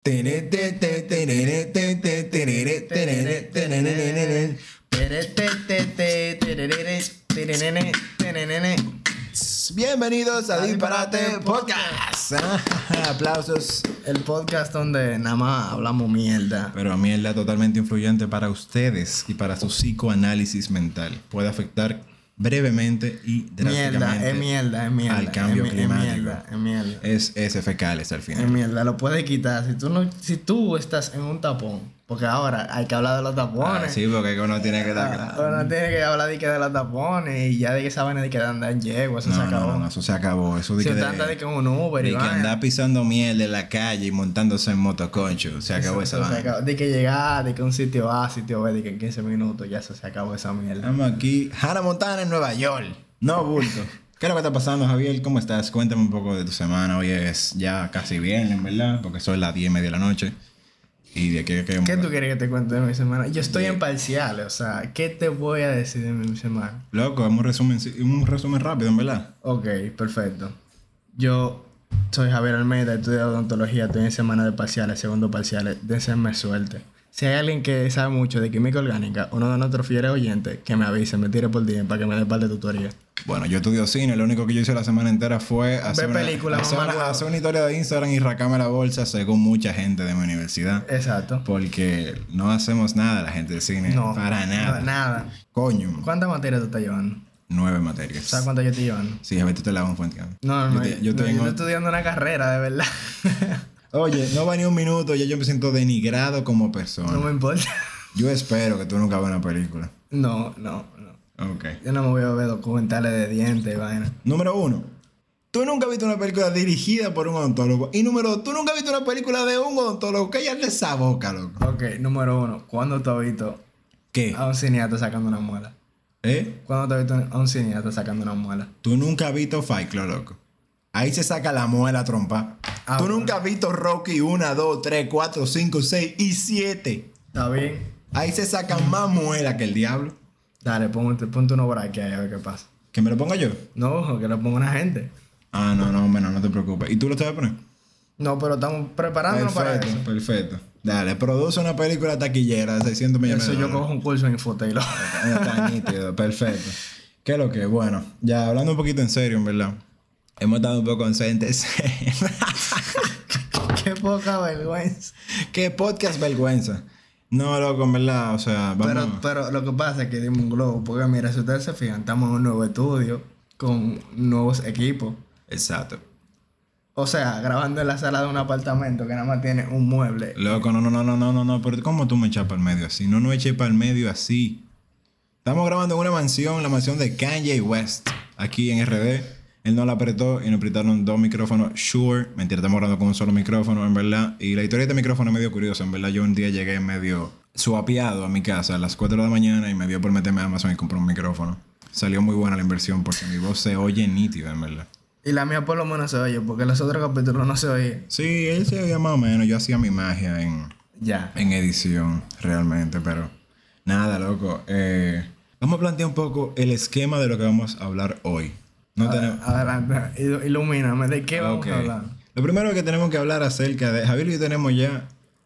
Bienvenidos a Disparate Podcast. Aplausos. El podcast donde nada más hablamos mierda. Pero mierda totalmente influyente para ustedes y para su psicoanálisis mental. Puede afectar brevemente y drásticamente mierda. al cambio climático. Es mierda. Es fecales al final. Es mierda, lo puedes quitar. Si tú estás en un tapón, porque ahora hay que hablar de los tapones. Sí, porque uno tiene que dar claro. Uno tiene que hablar de los tapones y ya de que saben de que andar en yegua, eso se acabó. No, eso se acabó. Eso de si que usted anda de que un Uber y que anda pisando miel en la calle y montándose en motoconcho. Se acabó esa vaina. De que llegar, de que un sitio A, sitio B, de que en 15 minutos ya eso se acabó esa mierda. Estamos aquí, Hannah Montana en Nueva York. No bulto. ¿Qué es lo que está pasando, Javier? ¿Cómo estás? Cuéntame un poco de tu semana. Hoy es ya casi viernes, ¿verdad? Porque son las 10:30 de la noche. ¿Y de qué tú quieres que te cuente de mi semana? Yo estoy en parciales, o sea, ¿qué te voy a decir de mi semana? Loco, un resumen rápido, en verdad. Ok, perfecto. Yo soy Javier Almeida, estudio odontología, estoy en semana de parciales, segundo parciales, désenme suerte. Si hay alguien que sabe mucho de química orgánica, uno de nuestros fieles oyentes, que me avise, me tire por DM para que me dé par de tutoría. Bueno, yo estudio cine, lo único que yo hice la semana entera fue hacer una historia de Instagram y racarme la bolsa según mucha gente de mi universidad. Exacto. Porque no hacemos nada la gente de cine. No, para nada. Nada. Coño. ¿Cuántas materias tú estás llevando? 9 materias. ¿Sabes cuántas yo estoy llevando? Sí, a ver, tú te la vas a fuente. No. Yo estoy estudiando una carrera, de verdad. Oye, no va ni un minuto, ya yo me siento denigrado como persona. No me importa. Yo espero que tú nunca veas una película. No. Ok. Yo no me voy a ver documentales de dientes y vaina. Número 1. Tú nunca has visto una película dirigida por un odontólogo. Y número 2, tú nunca has visto una película de un odontólogo. Cállate esa boca, loco. Ok, número 1. ¿Cuándo tú has visto ¿qué? A un cineasta sacando una muela? ¿Cuándo tú has visto a un cineasta sacando una muela? Tú nunca has visto Fight Club, loco. Ahí se saca la muela trompa. Tú nunca has visto Rocky 1, 2, 3, 4, 5, 6 y 7. Está bien. Ahí se sacan más muela que el diablo. Dale, ponte uno por aquí a ver qué pasa. ¿Que me lo ponga yo? No, que lo ponga una gente. No te preocupes. ¿Y tú lo te vas a poner? No, pero estamos preparándonos para eso. Perfecto. Dale, produce una película taquillera de 600 millones de dólares. Eso yo cojo un curso en Infotelo. Está nítido, perfecto. ¿Qué es lo que? Bueno, ya hablando un poquito en serio, en verdad. Hemos estado un poco conscientes. Qué poca vergüenza. Qué podcast vergüenza. No, loco, en verdad, o sea, vamos. Pero lo que pasa es que dimos un globo. Porque mira, si ustedes se fijan, estamos en un nuevo estudio con nuevos equipos. Exacto. O sea, grabando en la sala de un apartamento que nada más tiene un mueble. Loco, no. Pero ¿cómo tú me echas para el medio así? No eché para el medio así. Estamos grabando en una mansión, la mansión de Kanye West, aquí en RD. Él no la apretó y nos apretaron 2 micrófonos. Shure. Mentira, estamos grabando con un solo micrófono, en verdad. Y la historia de este micrófono es medio curiosa. En verdad, yo un día llegué medio suapiado a mi casa a las 4 de la mañana y me dio por meterme a Amazon y comprar un micrófono. Salió muy buena la inversión porque mi voz se oye nítida, en verdad. Y la mía por lo menos se oye, porque los otros capítulos no se oye. Sí, él se oía más o menos. Yo hacía mi magia en edición, realmente. Pero nada, loco. Vamos a plantear un poco el esquema de lo que vamos a hablar hoy. Adelante, ilumíname, ¿de qué vamos a hablar? Lo primero que tenemos que hablar acerca de... Javier y yo tenemos ya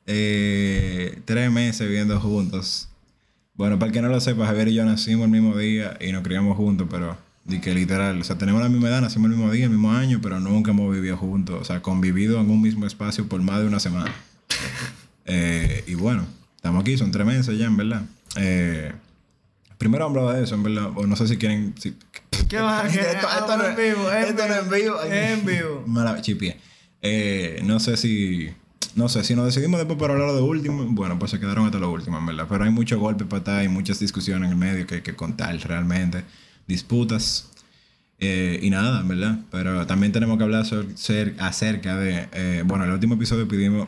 3 meses viviendo juntos. Bueno, para el que no lo sepa, Javier y yo nacimos el mismo día y nos criamos juntos, pero... de que literal, o sea, tenemos la misma edad, nacimos el mismo día, el mismo año, pero nunca hemos vivido juntos. O sea, convivido en un mismo espacio por más de una semana. Y bueno, estamos aquí, son 3 meses ya, en verdad. Primero vamos a hablar de eso, en verdad. O no sé si quieren... ¿Qué más? Esto no es vivo. Esto no es vivo. Es en vivo. Mala chipie. No sé si nos decidimos después para hablar de último. Bueno, pues se quedaron hasta lo último, en verdad. Pero hay mucho golpe para atrás y muchas discusiones en el medio que hay que contar realmente. Disputas. Y nada, en verdad. Pero también tenemos que hablar acerca de... bueno, el último episodio pedimos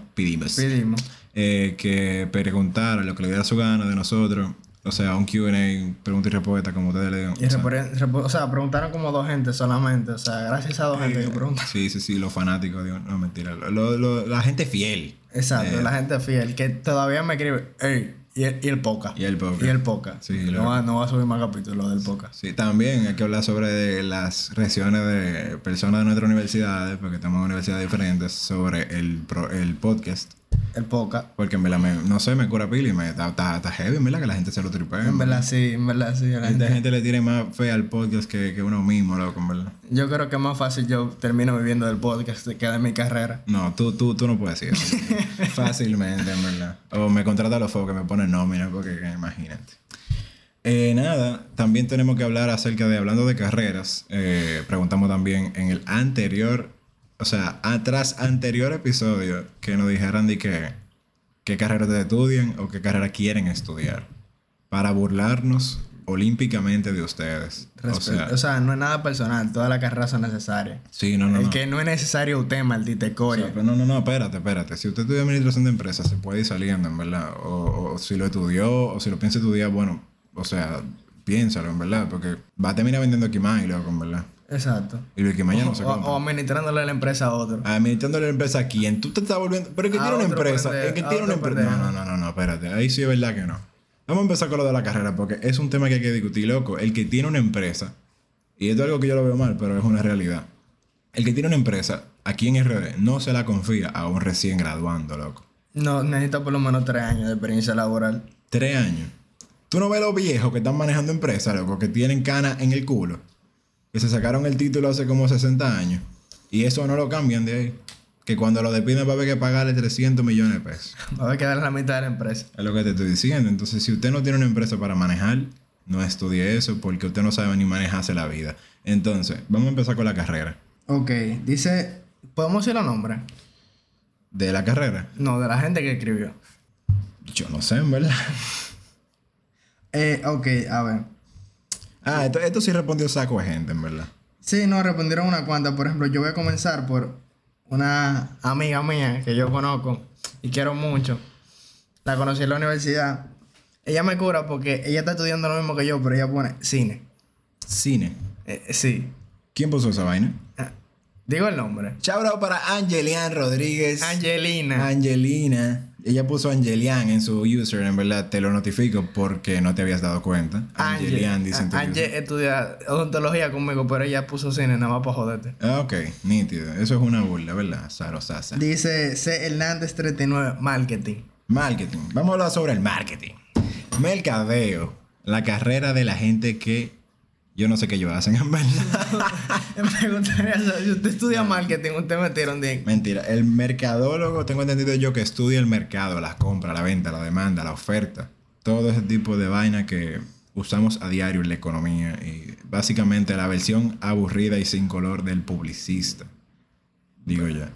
que preguntara lo que le diera su gana de nosotros. O sea, un Q&A, pregunta y respuesta, como ustedes le digan. O sea, preguntaron como 2 gente solamente. O sea, gracias a 2 gente que preguntan. Sí, los fanáticos. Digo, no, mentira. La gente fiel. Exacto, la gente fiel. Que todavía me escribe, ey, y el podcast. Y el podcast. Sí, no va a subir más capítulos del podcast. Sí, también hay que hablar sobre las reacciones de personas de nuestras universidades, porque estamos en universidades diferentes, sobre el podcast. el podcast. Porque en verdad, no sé, me cura pila y está heavy, en verdad, que la gente se lo tripea. En verdad sí. A la La gente le tiene más fe al podcast que uno mismo, loco, en verdad. Yo creo que es más fácil yo termino viviendo del podcast que de mi carrera. No, tú no puedes decir eso. Fácilmente, en verdad. O me contrata los fuegos que me ponen nómina, porque imagínate. Nada, también tenemos que hablar acerca de, hablando de carreras, preguntamos también en el anterior, o sea, tras anterior episodio, que nos dijeran de qué carrera te estudian o qué carrera quieren estudiar, para burlarnos olímpicamente de ustedes. O sea, no es nada personal, todas las carreras son necesarias. Sí, no. El que no es necesario usted, maldita coria. O sea, no, espérate. Si usted estudia administración de empresas, se puede ir saliendo, en verdad. O si lo estudió, o si lo piensa estudiar, bueno, o sea, piénsalo, en verdad, porque va a terminar vendiendo Kimai, loco, en verdad. Exacto. Y el Kimai ya no se compra. O administrándole la empresa a otro. Administrándole la empresa a quién. Tú te estás volviendo. Pero el que tiene una empresa. El que tiene una empresa. No, espérate. Ahí sí es verdad que no. Vamos a empezar con lo de la carrera, porque es un tema que hay que discutir, loco. El que tiene una empresa, y esto es algo que yo lo veo mal, pero es una realidad. El que tiene una empresa, aquí en RD, no se la confía a un recién graduando, loco. No, necesita por lo menos 3 años de experiencia laboral. 3 años. Tú no ves los viejos que están manejando empresas, loco, que tienen canas en el culo, que se sacaron el título hace como 60 años, y eso no lo cambian de ahí. Que cuando lo despiden va a haber que pagarle 300 millones de pesos. Va a haber que darle la mitad de la empresa. Es lo que te estoy diciendo. Entonces, si usted no tiene una empresa para manejar, no estudie eso porque usted no sabe ni manejarse la vida. Entonces, vamos a empezar con la carrera. Ok, dice... ¿Podemos decir los nombres? ¿De la carrera? No, de la gente que escribió. Yo no sé, en verdad. Ok, a ver. Esto sí respondió saco de gente, en verdad. Sí, no, respondieron una cuanta. Por ejemplo, yo voy a comenzar por una amiga mía que yo conozco y quiero mucho. La conocí en la universidad. Ella me cura porque ella está estudiando lo mismo que yo, pero ella pone cine. Cine. Sí. ¿Quién puso esa vaina? Digo el nombre. Shout para Angelian Rodríguez. Angelina. Ella puso Angelian en su user, en verdad. Te lo notifico porque no te habías dado cuenta. Angelian dice en tu user. Angie estudia odontología conmigo, pero ella puso cine nada más para joderte. Ok, nítido. Eso es una burla, ¿verdad? Sasa. Dice C. Hernández 39, marketing. Marketing. Vamos a hablar sobre el marketing. Mercadeo. La carrera de la gente que... Yo no sé qué ellos hacen, en verdad. Me gustaría saber, si usted estudia marketing, usted metieron de... Mentira. El mercadólogo, tengo entendido yo que estudia el mercado, las compras, la venta, la demanda, la oferta. Todo ese tipo de vaina que usamos a diario en la economía. Y básicamente la versión aburrida y sin color del publicista. Digo yo.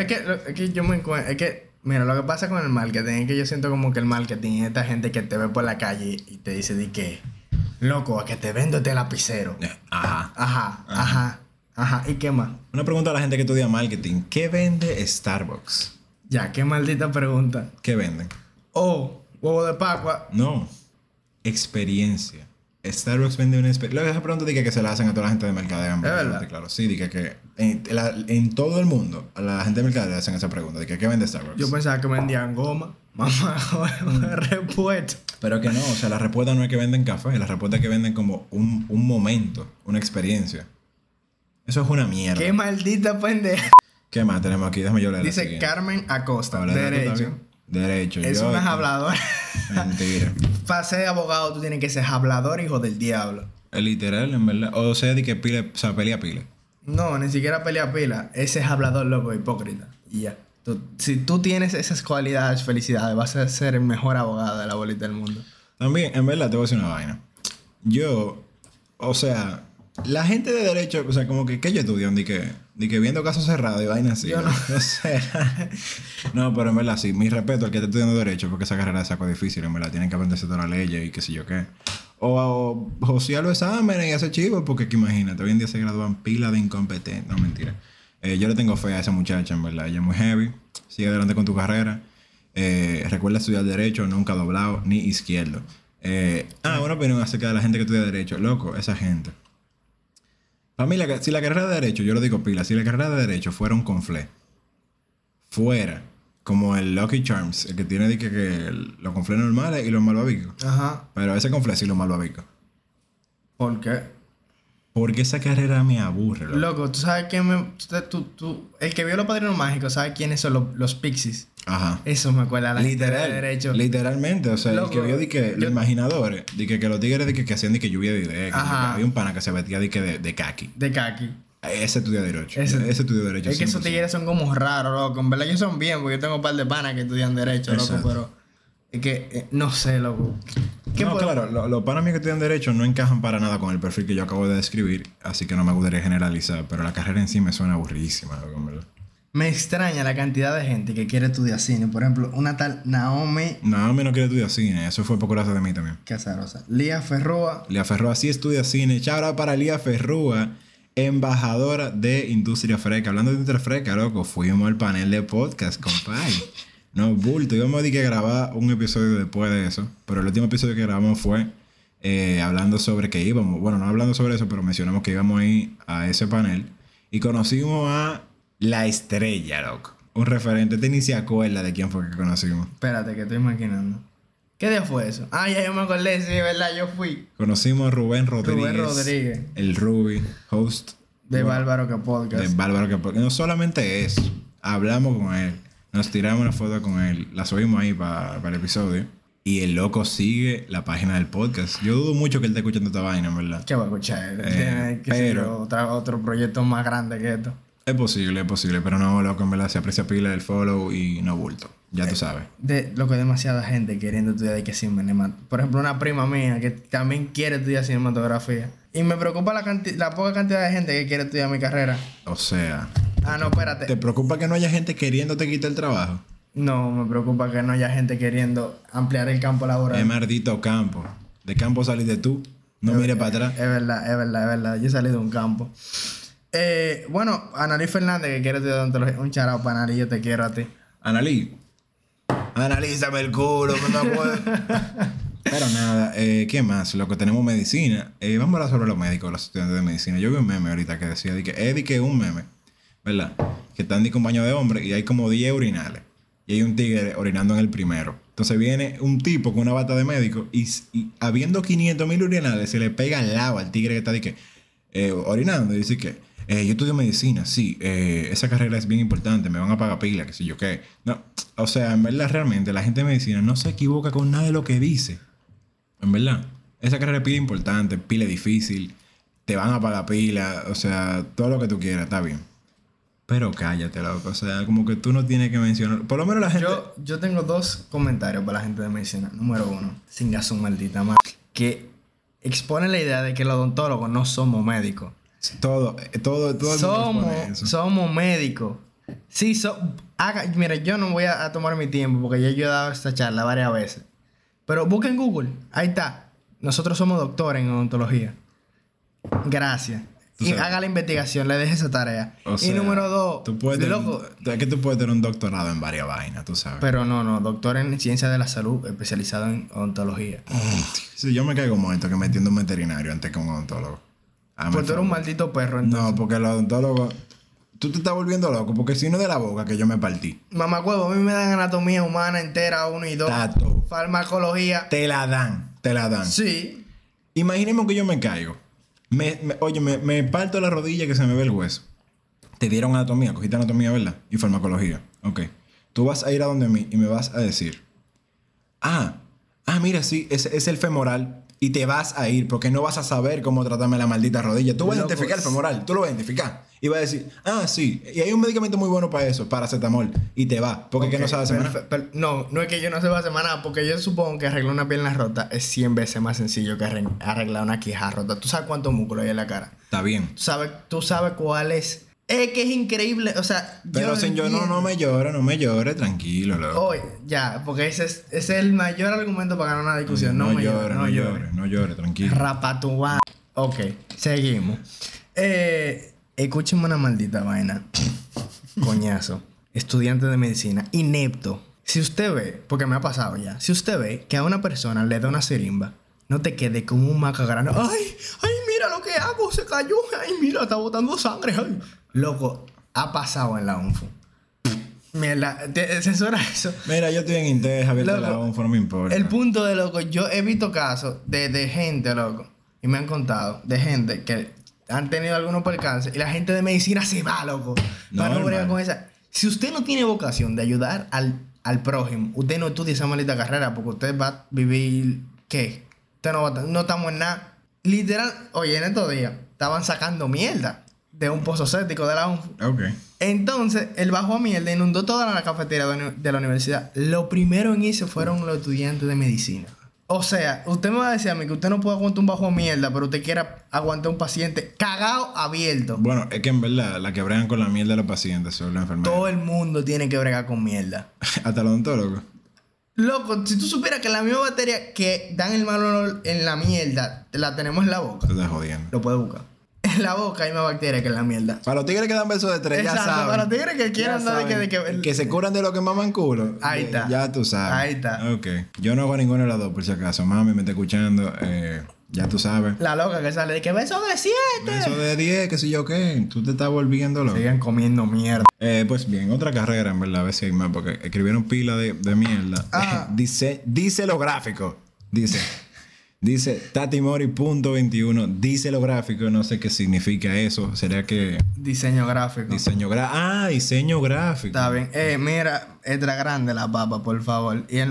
Mira, lo que pasa con el marketing es que yo siento como que el marketing es esta gente que te ve por la calle y te dice de que... Loco, a que te vendo este lapicero. Ajá. ¿Y qué más? Una pregunta a la gente que estudia marketing. ¿Qué vende Starbucks? Ya, qué maldita pregunta. ¿Qué venden? Huevo de Pascua. No. Experiencia. Starbucks vende una experiencia. Esa pregunta dije que se la hacen a toda la gente de mercadeo. ¿Es verdad? Claro. Sí, dije que en todo el mundo a la gente de mercadeo le hacen esa pregunta. Dije, ¿qué vende Starbucks? Yo pensaba que vendían goma. Mamá, repuesto. Pero que no, o sea, la respuesta no es que venden café, la respuesta es que venden como un momento, una experiencia. Eso es una mierda. ¡Qué maldita pendeja! ¿Qué más tenemos aquí? Déjame yo leer. Dice Carmen Acosta, Derecho. Es una habladora. Mentira. Para ser abogado tú tienes que ser hablador, hijo del diablo. Es literal, en verdad. O sea, de que pelea pila. No, ni siquiera pelea pila. Ese es hablador loco, hipócrita. Y ya. Si tú tienes esas cualidades, felicidades, vas a ser el mejor abogado de la bolita del mundo. También, en verdad, te voy a decir una vaina. Yo, o sea, la gente de derecho, o sea, como que yo estudio, de que viendo casos cerrados y vainas así. Yo no. O sea, no, pero en verdad, sí, mi respeto al que está estudiando derecho, porque esa carrera es saco difícil, en verdad, tienen que aprenderse todas las leyes y qué sé yo qué. O josear los exámenes y hacer chivos, porque que imagínate, hoy en día se gradúan pila de incompetentes. No, mentira. Yo le tengo fe a esa muchacha, en verdad. Ella es muy heavy. Sigue adelante con tu carrera. Recuerda estudiar derecho, nunca doblado ni izquierdo. Una opinión acerca de la gente que estudia derecho. Loco, esa gente. Para mí, si la carrera de derecho, yo lo digo pila, si la carrera de derecho fuera un conflé, fuera como el Lucky Charms, el que tiene que los conflés normales y los malvavicos. Ajá. Pero ese conflé sí los malvavicos. ¿Por qué? Porque esa carrera me aburre, loco. Loco, tú sabes quién el que vio Los Padrinos Mágicos sabe quiénes son los Pixies. Ajá. Eso me acuerda a la gente de derecho. Literalmente, o sea, Loco, el que vio de que los imaginadores, de que los tigres de que hacían de que lluvia de ideas, Ajá. había un pana que se vestía de que de kaki. De Kaki. Ese estudia derecho. Ese estudió derecho. Es que esos 100%. tigres son como raros, loco. En verdad ellos son bien, porque yo tengo un par de panas que estudian derecho, loco, Exacto. pero es que no sé, loco. ¿Qué No, puedo- claro, los panas míos que estudian derecho no encajan para nada con el perfil que yo acabo de describir, así que no me gustaría generalizar, pero la carrera en sí me suena aburridísima, loco, en verdad. Me extraña la cantidad de gente que quiere estudiar cine. Por ejemplo, una tal Naomi Naomi no quiere estudiar cine, eso fue por curazo de mí también. Casarosa, Lía Ferrua. Lía Ferrúa sí estudia cine. Chao para Lía Ferrúa, embajadora de Industria Freca. Hablando de Industria Freca, loco, fuimos al panel de podcast, compadre. No, bulto. Íbamos a decir que grabar un episodio después de eso, pero el último episodio que grabamos fue hablando sobre que íbamos. Bueno, no hablando sobre eso, pero mencionamos que íbamos a ir a ese panel y conocimos a la estrella, loco. Un referente. Este ni se acuerda de quién fue que conocimos. Espérate, que estoy imaginando. ¿Qué día fue eso? Ah, ya yo me acordé, sí, verdad, yo fui. Conocimos a Rubén Rodríguez. Rubén Rodríguez. El Ruby, host. De Bueno, Bárbaro que Podcast. de Bárbaro que porque no solamente eso, hablamos con él, nos tiramos una foto con él, la subimos ahí para el episodio y el loco sigue la página del podcast. Yo dudo mucho que él esté escuchando esta vaina, en verdad. ¿Qué va a escuchar? Tiene, qué sé pero- yo, otro proyecto más grande que esto. Es posible, pero no, loco, en verdad se aprecia pila el follow y no bulto. Ya tú sabes. De lo que hay demasiada gente queriendo estudiar de que cinematografía. Por ejemplo, una prima mía que también quiere estudiar cinematografía. Y me preocupa la poca cantidad de gente que quiere estudiar mi carrera. O sea, Ah, no, espérate. ¿te preocupa que no haya gente queriéndote quitar el trabajo? No, me preocupa que no haya gente queriendo ampliar el campo laboral. Es maldito campo. De campo saliste tú. No mires para atrás. Es verdad. Yo salí de un campo. Bueno, Analí Fernández que quiere estudiar odontología. Un charao para Analí, yo te quiero a ti. Analízame el culo, que no puedo. Pero nada, ¿qué más? Lo que tenemos medicina. Vamos a hablar sobre los médicos, los estudiantes de medicina. Yo vi un meme ahorita que decía, que un meme, ¿verdad? Que están con baño de hombre y hay como 10 urinales. Y hay un tigre orinando en el primero. Entonces viene un tipo con una bata de médico y habiendo 500,000 urinales, se le pega al lado al tigre que está orinando y dice que yo estudio medicina, sí, esa carrera es bien importante, me van a pagar pila, que sé yo qué. No, o sea, en verdad realmente la gente de medicina no se equivoca con nada de lo que dice. En verdad, esa carrera es pila importante, pila difícil, te van a pagar pila, o sea, todo lo que tú quieras, está bien. Pero cállate, loco, o sea, como que tú no tienes que mencionar, por lo menos la gente... Yo tengo dos comentarios para la gente de medicina. Número uno, singa su maldita madre. Que expone la idea de que los odontólogos no somos médicos. Todo el mundo expone eso. Somos médicos. Sí, mira, yo no voy a tomar mi tiempo porque ya yo he dado esta charla varias veces. Pero busca en Google, ahí está. Nosotros somos doctores en odontología. Gracias. Tú Y sabes. haga la investigación, le deje esa tarea. O Y sea, número dos, tú puedes loco. es que tú puedes tener un doctorado en varias vainas, tú sabes. Pero no, doctor en ciencia de la salud, especializado en odontología. Sí, yo me caigo muerto que metiendo un veterinario antes que un odontólogo. Pues tú eres un maldito perro, entonces. No, porque los odontólogos... Tú te estás volviendo loco, porque si no es de la boca que yo me partí. Mamá huevo, a mí me dan anatomía humana entera, 1 y 2. Tato. Farmacología. Te la dan. Sí. Imaginemos que yo me caigo. Me parto la rodilla que se me ve el hueso. Te dieron anatomía, cogiste anatomía, ¿verdad? Y farmacología. Ok. Tú vas a ir a donde mí y me vas a decir... mira, sí, ese es el femoral. Y te vas a ir porque no vas a saber cómo tratarme la maldita rodilla. Tú vas a Loco, identificar el femoral. Tú lo vas a identificar. Y vas a decir, sí. Y hay un medicamento muy bueno para eso, paracetamol. Y te va. Porque es que no sabes semana. No es que yo no sepa hacer nada, porque yo supongo que arreglar una pierna rota es 100 veces más sencillo que arreglar una quija rota. ¿Tú sabes cuántos músculos hay en la cara? Está bien. ¿Tú sabes cuál es? Es que es increíble, o sea... Pero señor, no me llore, tranquilo, loco. Oye, ya, porque ese es el mayor argumento para ganar una discusión. No llore, tranquilo. Rapatubá. Ok, seguimos. Escúchenme una maldita vaina. Coñazo. Estudiante de medicina, inepto. Si usted ve, porque me ha pasado ya, si usted ve que a una persona le da una sirimba, no te quede como un maca grande. ¡Ay, mira lo que hago! Se cayó. ¡Ay, mira, está botando sangre! ¡Ay! Loco, ha pasado en la UNFU. Mierda, censura eso. Mira, yo estoy en Intel, Javier Loco, de la UNFO, no me importa. El punto de loco, yo he visto casos de gente, loco, y me han contado de gente que han tenido algunos percances y la gente de medicina se va, loco. No, Para no bregar hermano. con esa. Si usted no tiene vocación de ayudar al prójimo, usted no estudia esa maldita carrera porque usted va a vivir, ¿qué? Usted no va no estamos en nada. Literal, oye, en estos días estaban sacando mierda de un pozo séptico de la UNFU. Ok. Entonces, él bajó a mierda, inundó toda la cafetería de la universidad. Lo primero en irse fueron los estudiantes de medicina. O sea, usted me va a decir a mí que usted no puede aguantar un bajo a mierda, pero usted quiera aguantar un paciente cagado abierto. Bueno, es que en verdad, la que bregan con la mierda de los pacientes son los enfermeros. Todo el mundo tiene que bregar con mierda. Hasta el odontólogo. Loco, si tú supieras que la misma bacteria que dan el mal olor en la mierda, la tenemos en la boca. Te estás jodiendo. Lo puedes buscar. En la boca hay más bacterias que en la mierda. Para los tigres que dan besos de tres, ya Exacto, saben. para los tigres que quieran Ya dar de saben. que Que se curan de lo que maman culo. Ahí está. Ya tú sabes. Ahí está. Ok. Yo no hago ninguno de los dos, por si acaso. Mami me está escuchando. Ya tú sabes. La loca que sale de que beso de 7. Eso de 10, qué sé yo qué. Tú te estás volviendo loco. Siguen comiendo mierda. Pues bien, otra carrera, en verdad, a ver si hay más, porque escribieron pila de mierda. Ah. Dice lo gráfico. Dice Tatimori.21. Dice lo gráfico, no sé qué significa eso. ¿Será que Diseño gráfico. diseño gráfico? Está bien. Mira, extra grande la papa, por favor. Y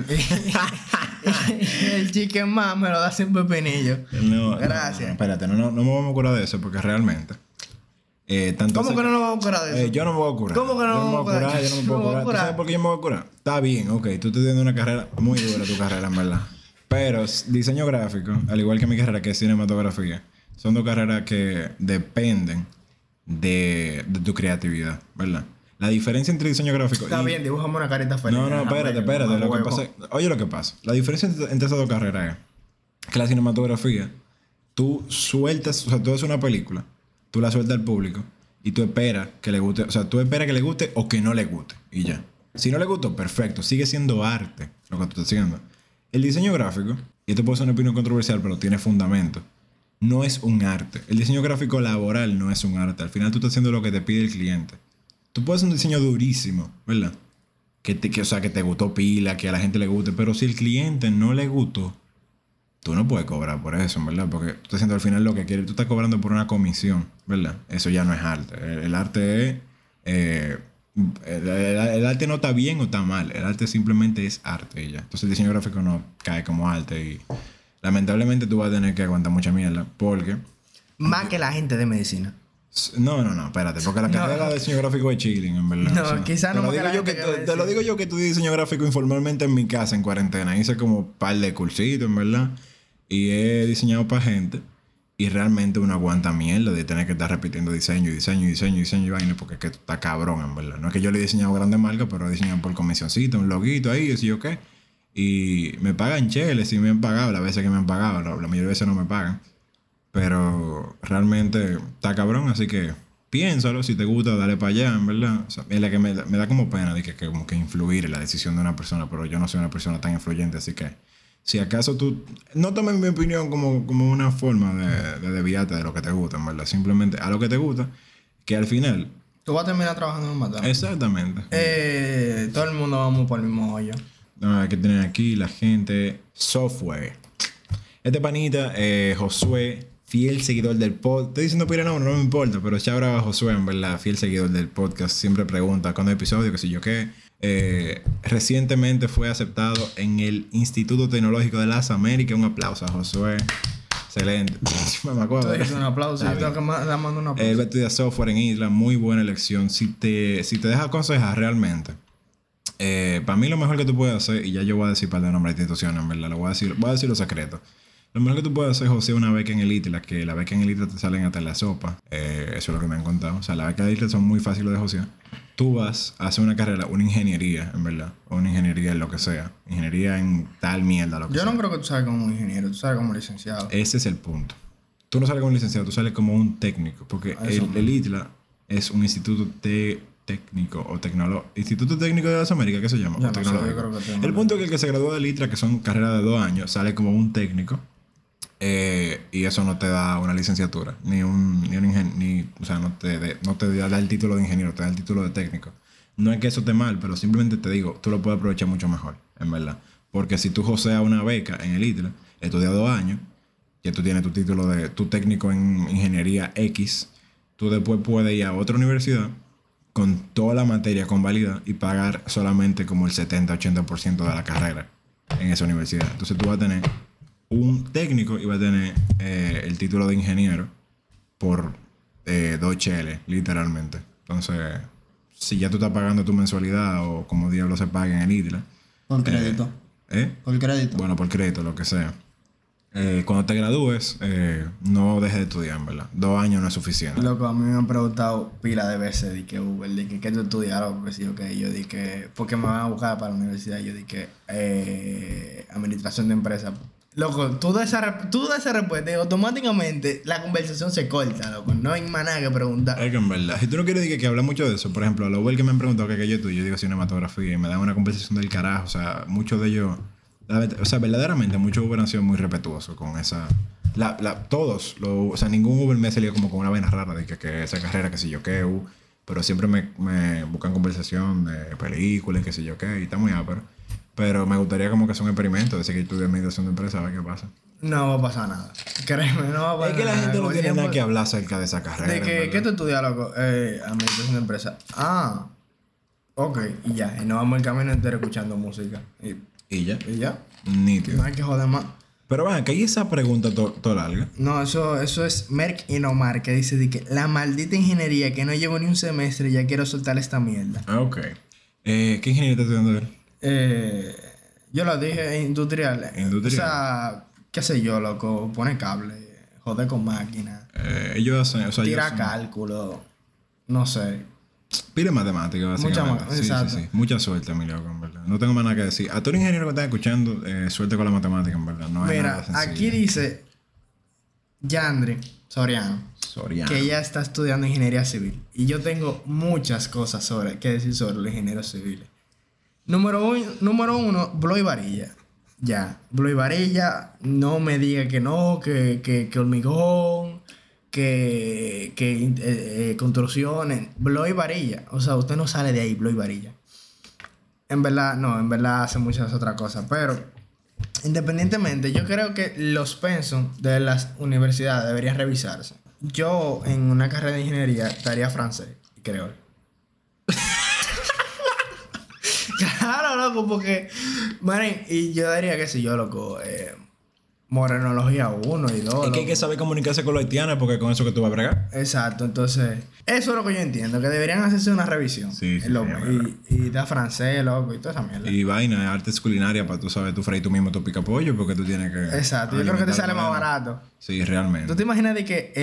el chicken más me lo da sin pepinillo. No, Gracias. No, espérate, no me vamos a curar de eso, porque realmente. ¿Cómo que no nos vamos a curar de eso? Yo no me voy a curar. ¿Cómo que no Yo nos me voy a vamos a curar? Yo no me puedo No me voy a curar. ¿Tú curar. sabes por qué yo me voy a curar? Está bien, ok. Tú estás teniendo una carrera muy dura, tu carrera, en verdad. Pero diseño gráfico, al igual que mi carrera, que es cinematografía, son dos carreras que dependen de tu creatividad, ¿verdad? La diferencia entre diseño gráfico Está y... bien, dibújame una carita feliz. No, espérate. Oye lo que pasa. La diferencia entre esas dos carreras es que la cinematografía, tú sueltas, o sea, tú haces una película, tú la sueltas al público y tú esperas que le guste, o sea, tú esperas que le guste o que no le guste y ya. Si no le gustó, perfecto, sigue siendo arte lo que tú estás haciendo. El diseño gráfico, y esto puede ser una opinión controversial, pero tiene fundamento, no es un arte. El diseño gráfico laboral no es un arte. Al final tú estás haciendo lo que te pide el cliente. Tú puedes hacer un diseño durísimo, ¿verdad? O sea, que te gustó pila, que a la gente le guste, pero si el cliente no le gustó, tú no puedes cobrar por eso, ¿verdad? Porque tú estás haciendo al final lo que quieres. Tú estás cobrando por una comisión, ¿verdad? Eso ya no es arte. El arte es... el arte no está bien o está mal. El arte simplemente es arte y ya. Entonces el diseño gráfico no cae como arte y lamentablemente tú vas a tener que aguantar mucha mierda porque... Más que la gente de medicina. No, espérate, porque la carrera de diseño gráfico es chilling, en verdad. No, quizá no más que la gente que te lo digo yo que estudié diseño gráfico informalmente en mi casa en cuarentena. Hice como un par de cursitos, en verdad. Y he diseñado para gente. Y realmente uno aguanta mierda de tener que estar repitiendo diseño y vaina, porque es que está cabrón, en verdad. No es que yo le he diseñado grandes marcas, pero he diseñado por comisioncito, un loguito ahí, así yo qué. Y me pagan cheles, si me han pagado, las veces que me han pagado, la mayoría de veces no me pagan. Pero realmente está cabrón, así que piénsalo, si te gusta, dale para allá, en verdad. O sea, es la que me da como pena de que como que influir en la decisión de una persona, pero yo no soy una persona tan influyente, así que si acaso tú... No tomes mi opinión como una forma de desviarte de lo que te gusta, en verdad. Simplemente a lo que te gusta, que al final... Tú vas a terminar trabajando en un McDonald's. Exactamente. Todo el mundo vamos por el mismo hoyo. No, hay que tener aquí la gente... Software. Este panita, Josué, fiel seguidor del podcast. Estoy diciendo pila no me importa, pero shout out a Josué, en verdad, fiel seguidor del podcast. Siempre pregunta cuándo hay episodio, qué sé yo qué. Recientemente fue aceptado en el Instituto Tecnológico de las Américas. Un aplauso a Josué. Excelente. Me acuerdo. Tú dices un aplauso. Yo tengo que mandar un aplauso. Él va a estudiar software en Isla. Muy buena elección. Si te deja aconsejar realmente, para mí lo mejor que tú puedes hacer, y ya yo voy a decir para el nombre de instituciones, en verdad, voy a decir los secretos. Lo mejor que tú puedes hacer, José, es una beca en el ITLA, que la beca en el ITLA te salen hasta en la sopa. Eso es lo que me han contado. O sea, las becas de ITLA son muy fáciles de josear. Tú vas a hacer una carrera, una ingeniería, en verdad. O una ingeniería en lo que sea. Ingeniería en tal mierda, lo que sea. Yo no creo que tú salgas como ingeniero, tú salgas como licenciado. Ese es el punto. Tú no sales como un licenciado, tú sales como un técnico. Porque el ITLA es un instituto técnico o tecnológico. Instituto Técnico de las Américas, ¿qué se llama? Yo O no sé, tecnológico. yo creo que El punto es que el que se graduó del ITLA, que son carreras de 2 años, sale como un técnico. Y eso no te da una licenciatura, o sea, no te da el título de ingeniero, te da el título de técnico. No es que eso esté mal, pero simplemente te digo, tú lo puedes aprovechar mucho mejor, en verdad. Porque si tú joseas una beca en el ITLA, estudias 2 años, que tú tienes tu título de tu técnico en ingeniería X, tú después puedes ir a otra universidad con toda la materia convalida y pagar solamente como el 70-80% de la carrera en esa universidad. Entonces tú vas a tener un técnico y vas a tener el título de ingeniero por 2 cheles, literalmente. Entonces, si ya tú estás pagando tu mensualidad o como diablo se paga en el ITLA. Por crédito. Por crédito. Bueno, por crédito, lo que sea. Cuando te gradúes, no dejes de estudiar, en verdad. 2 años no es suficiente. Loco, a mí me han preguntado pila de veces de que Uber, de que ¿qué tú estudias? Loco, que sí, ok. Yo dije, ¿por qué me van a buscar para la universidad? Yo dije, administración de empresas. Loco, tú das esa respuesta y automáticamente la conversación se corta, loco. No hay más nada que preguntar. Es que en verdad, si tú no quieres decir que habla mucho de eso, por ejemplo, a los Uber que me han preguntado que yo estudio, yo digo cinematografía y me dan una conversación del carajo. O sea, muchos de ellos, o sea, verdaderamente muchos Uber han sido muy respetuosos con esa... todos, o sea, ningún Uber me ha salido como con una vaina rara de que esa carrera, que sé yo qué, pero siempre me buscan conversación de películas, que sé yo qué, y está muy ápero. Pero me gustaría como que sea un experimento, decir que estudias administración de empresa, a ver qué pasa. No va a pasar nada. Créeme, no va a pasar nada. Es que la gente no tiene nada que hablar acerca de esa carrera. De que, ¿qué tú estudias, loco? Administración de empresa. Ah, ok, y ya. Y nos vamos el camino entero escuchando música. ¿Y ya? ¿Y ya? Nítido. No hay que joder más. Pero vean, que hay esa pregunta toda larga. No, eso es Merck y Nomar, que dice de que la maldita ingeniería que no llevo ni un semestre y ya quiero soltar esta mierda. Ah, ok. ¿Qué ingeniería estás estudiando él? Yo lo dije, industrial. Industrial. O sea, qué sé yo, loco, pone cable, joder con máquinas, Ellos hacen, o sea, tira cálculo, no sé. Pide matemática, básicamente. Mucha exacto. Sí. Mucha suerte, mi loco, en verdad. No tengo más nada que decir. A todo ingeniero que estás escuchando, suerte con la matemática, en verdad. No es Mira, nada sencillo. aquí dice Yandri Soriano, que ella está estudiando ingeniería civil. Y yo tengo muchas cosas que decir sobre los ingenieros civiles. Número uno, Bloy Varilla. Ya, Bloy Varilla, no me diga que no, que hormigón, que construcciones. Bloy Varilla. O sea, usted no sale de ahí, Bloy Varilla. En verdad hace muchas otras cosas. Pero, independientemente, yo creo que los pensum de las universidades deberían revisarse. Yo, en una carrera de ingeniería, estaría francés y creol. Claro, loco, porque... Marín, y yo diría que si yo, loco... morenología 1 y 2. Es que hay que saber comunicarse con los haitianos porque con eso que tú vas a bregar. Exacto, entonces... Eso es lo que yo entiendo. Que deberían hacerse una revisión. Sí, loco, y da francés, loco, y toda esa mierda. Y vaina, artes culinarias para tú sabes, tú freír tú mismo tu pica pollo porque tú tienes que... Exacto, yo creo que te sale más barato. Sí, realmente. ¿Tú te imaginas de que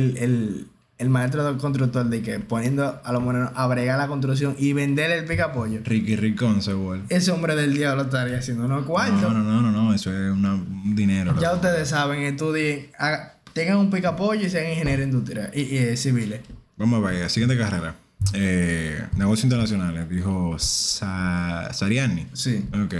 el maestro del constructor de que poniendo a los morenos a bregar la construcción y vender el pica pollo? Ricky Ricón se vuelve. Ese hombre del diablo estaría haciendo unos cuartos. No, eso es un dinero. Ya ustedes saben, estudien, tengan un pica pollo y sean ingenieros industriales y civiles. Vamos a ver, siguiente carrera. Negocios internacionales, dijo Sariani. Sí. Ok.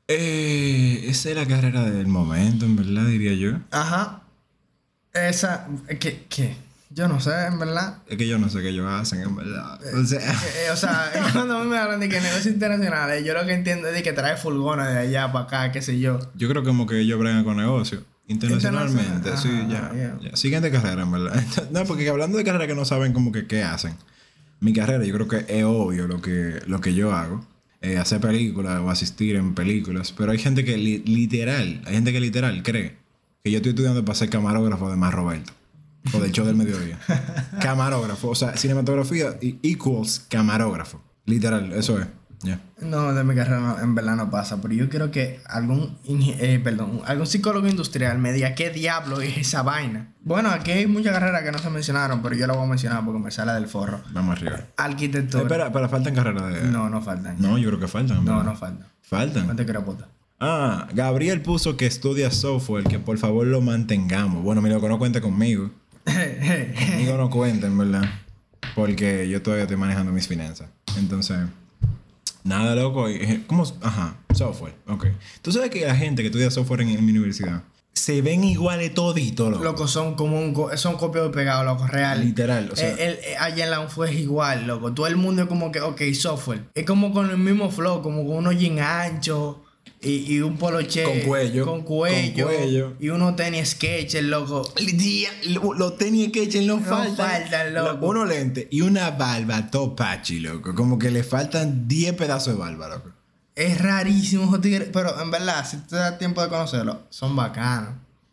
Esa es la carrera del momento, en verdad, diría yo. Ajá. Esa, ¿qué? Yo no sé, en verdad. Es que yo no sé qué ellos hacen, en verdad. O sea, cuando a mí me hablan de que negocios internacionales, yo lo que entiendo es de que trae furgones de allá para acá, qué sé yo. Yo creo como que ellos bregan con negocios. Internacionalmente, Ajá, sí, ya. Siguiente carrera, en verdad. No, porque hablando de carreras que no saben como que qué hacen. Mi carrera, yo creo que es obvio lo que yo hago. Hacer películas o asistir en películas. Pero hay gente que literal cree que yo estoy estudiando para ser camarógrafo de Mar Roberto. O del show del mediodía. Camarógrafo. O sea, cinematografía equals camarógrafo. Literal, eso es. Yeah. No, de mi carrera en verdad no pasa. Pero yo creo que algún psicólogo industrial me diga qué diablo es esa vaina. Bueno, aquí hay muchas carreras que no se mencionaron, pero yo la voy a mencionar porque me sale del forro. Vamos arriba. Arquitectura. Espera, faltan carreras de... No faltan. No, yo creo que faltan. No faltan. ¿Faltan? ¿Cuánto quiero apuntar? Gabriel puso que estudia software, que por favor lo mantengamos. Bueno, mi loco, no cuente conmigo. Conmigo no cuenten, ¿verdad? Porque yo todavía estoy manejando mis finanzas. Entonces, nada, loco. ¿Cómo? Ajá, software. Ok. Tú sabes que la gente que estudia software en mi universidad se ven iguales todito, loco. Loco, son como son copiados y pegados, loco, real. Literal, o sea. Allá en la UNFU es igual, loco. Todo el mundo es como que, ok, software. Es como con el mismo flow, como con unos jeans anchos, Y un poloche. Con cuello. Con cuello. Con cuello. Y unos tenis sketches, loco. Los tenis que echen no faltan. faltan, loco. Unos lentes y una barba todo pachi, loco. Como que le faltan 10 pedazos de barba, loco. Es rarísimo esos tigres. Pero en verdad, si te da tiempo de conocerlos, son bacanos.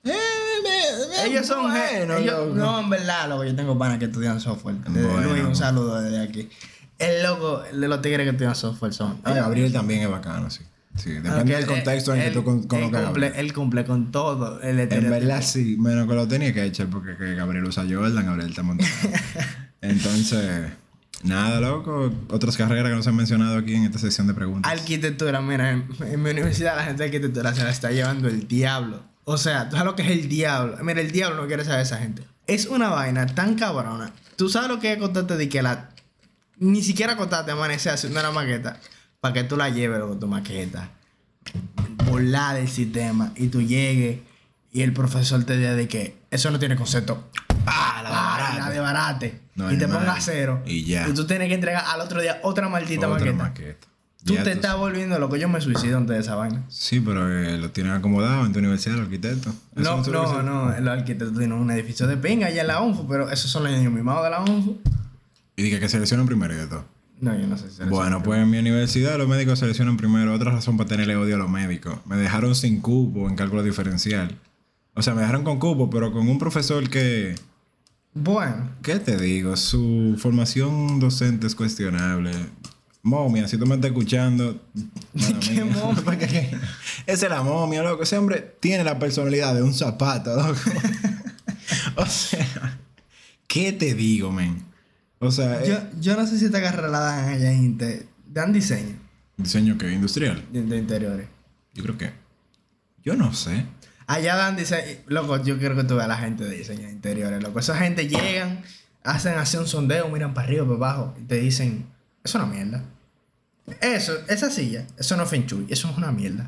Ellos son buenos, loco. no, en verdad, loco. Yo tengo panas que estudian software. Bueno. Luis, un saludo desde aquí. El loco de los tigres que estudian software son. Gabriel también es bacano, sí. Sí, depende del contexto en que tú colocas. Él cumple con todo el En estereotipo. verdad sí, menos que lo tenía que echar porque que Gabriel usa Jordan, Gabriel está montado. Entonces, nada, loco. Otras carreras que nos han mencionado aquí en esta sesión de preguntas. Arquitectura, mira, en mi universidad la gente de arquitectura se la está llevando el diablo. O sea, tú sabes lo que es el diablo. Mira, el diablo no quiere saber esa gente. Es una vaina tan cabrona. Tú sabes lo que es acostarte de que ni siquiera acostarte, amanecer haciendo una maqueta para que tú la lleves con tu maqueta. Volar del sistema y tú llegues y el profesor te diga de que eso no tiene concepto. La de barate. No, y te hermano. ponga cero. Y ya. Y tú tienes que entregar al otro día otra maldita maqueta. Tú Ya te estás volviendo loco. Yo me suicido antes de esa vaina. Sí, pero lo tienen acomodado en tu universidad, el arquitecto. No, los arquitectos tienen un edificio de pinga allá en la ONFU, pero esos son los niños mimados de la ONFU. Y dije que seleccionan primero y de todo. No, yo no sé si Bueno, pues en mi universidad los médicos seleccionan primero. Otra razón para tenerle odio a los médicos. Me dejaron sin cupo en cálculo diferencial. O sea, me dejaron con cupo, pero con un profesor que... Bueno. ¿Qué te digo? Su formación docente es cuestionable. Momia, si tú me estás escuchando... ¿Qué momia? Porque esa es la momia, loco. Ese hombre tiene la personalidad de un zapato, loco. O sea, ¿qué te digo, men? O sea... Yo no sé si esta carrera la dan allá en Inte. ¿Dan diseño? ¿Diseño qué? ¿Industrial? De interiores. Yo creo que... Yo no sé. Allá dan diseño. Loco, yo quiero que tú veas a la gente de diseño de interiores, loco. Esa gente llegan, hacen un sondeo, miran para arriba, para abajo y te dicen, eso es una mierda. Esa silla, eso no es Feng Shui, eso es una mierda.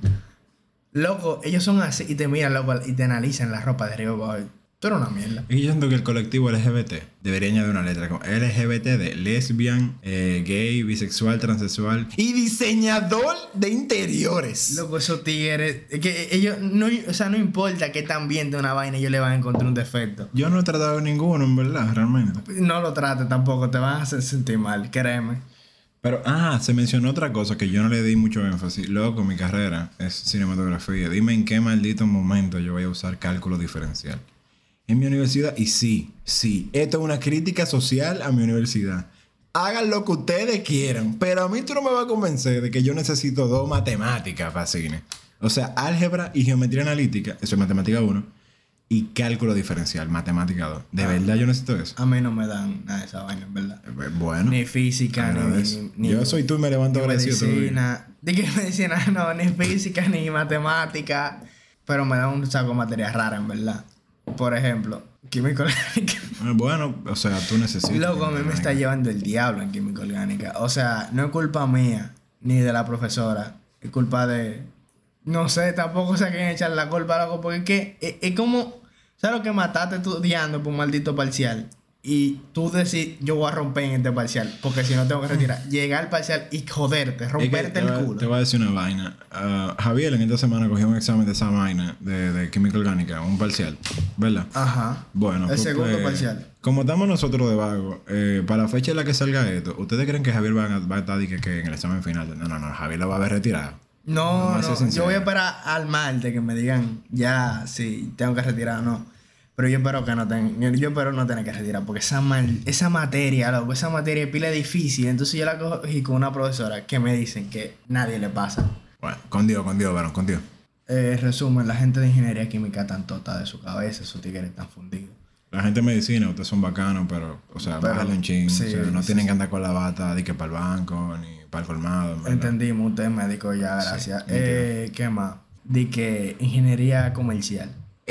Loco, ellos son así y te miran, loco, y te analizan la ropa de arriba para abajo. Tú eres una mierda. Y yo siento que el colectivo LGBT debería añadir una letra como LGBT de lesbian, gay, bisexual, transexual y diseñador de interiores. Loco, esos tigres, es que ellos no, o sea, no importa que tan bien de una vaina, ellos le van a encontrar un defecto. Yo no he tratado ninguno, en verdad, realmente. No lo trates tampoco, te van a hacer sentir mal, créeme. Pero, se mencionó otra cosa que yo no le di mucho énfasis. Loco, mi carrera es cinematografía. Dime en qué maldito momento yo voy a usar cálculo diferencial. En mi universidad, y sí, esto es una crítica social a mi universidad. Hagan lo que ustedes quieran, pero a mí tú no me vas a convencer de que yo necesito 2 matemáticas para cine. O sea, álgebra y geometría analítica, eso es matemática 1, y cálculo diferencial, matemática 2. ¿De verdad yo necesito eso? A mí no me dan nada de esa vaina, en verdad. Bueno. Ni física, ni yo soy tú y me levanto agradecido todo el día. medicina. De que medicina no, ni física, ni matemática. Pero me dan un saco de materias raras, en verdad. Por ejemplo, química orgánica. Bueno, o sea, tú necesitas. Loco, a mí me está llevando el diablo en química orgánica. O sea, no es culpa mía, ni de la profesora. Es culpa de... No sé, tampoco sé a quién echar la culpa, loco. Porque es que es como... ¿Sabes lo que mataste estudiando por un maldito parcial? Y tú decís, yo voy a romper en este parcial, porque si no tengo que retirar. Llegar al parcial y joderte, romperte el culo. Te voy a decir una vaina. Javier en esta semana cogió un examen de esa vaina de química orgánica, un parcial, ¿verdad? Ajá. Bueno, el segundo parcial. Como estamos nosotros de vago, para la fecha en la que salga esto, ¿ustedes creen que Javier va a estar que en el examen final? No, Javier lo va a haber retirado. No, yo voy a esperar al martes que me digan ya si tengo que retirar o no. Pero yo espero que no tener que retirar, porque esa materia, loco, esa materia es pila difícil. Entonces yo la cogí con una profesora que me dicen que nadie le pasa. Bueno, con Dios, varón, con Dios. Resumen, la gente de ingeniería química están tota de su cabeza, sus tigres están fundidos. La gente de medicina, ustedes son bacanos, pero, o sea, bájale un ching. Sí, o sea, no tienen que andar con la bata de que para el banco, ni para el colmado. Entendimos, usted es médico ya, gracias. Sí, ¿qué más? De que ingeniería comercial.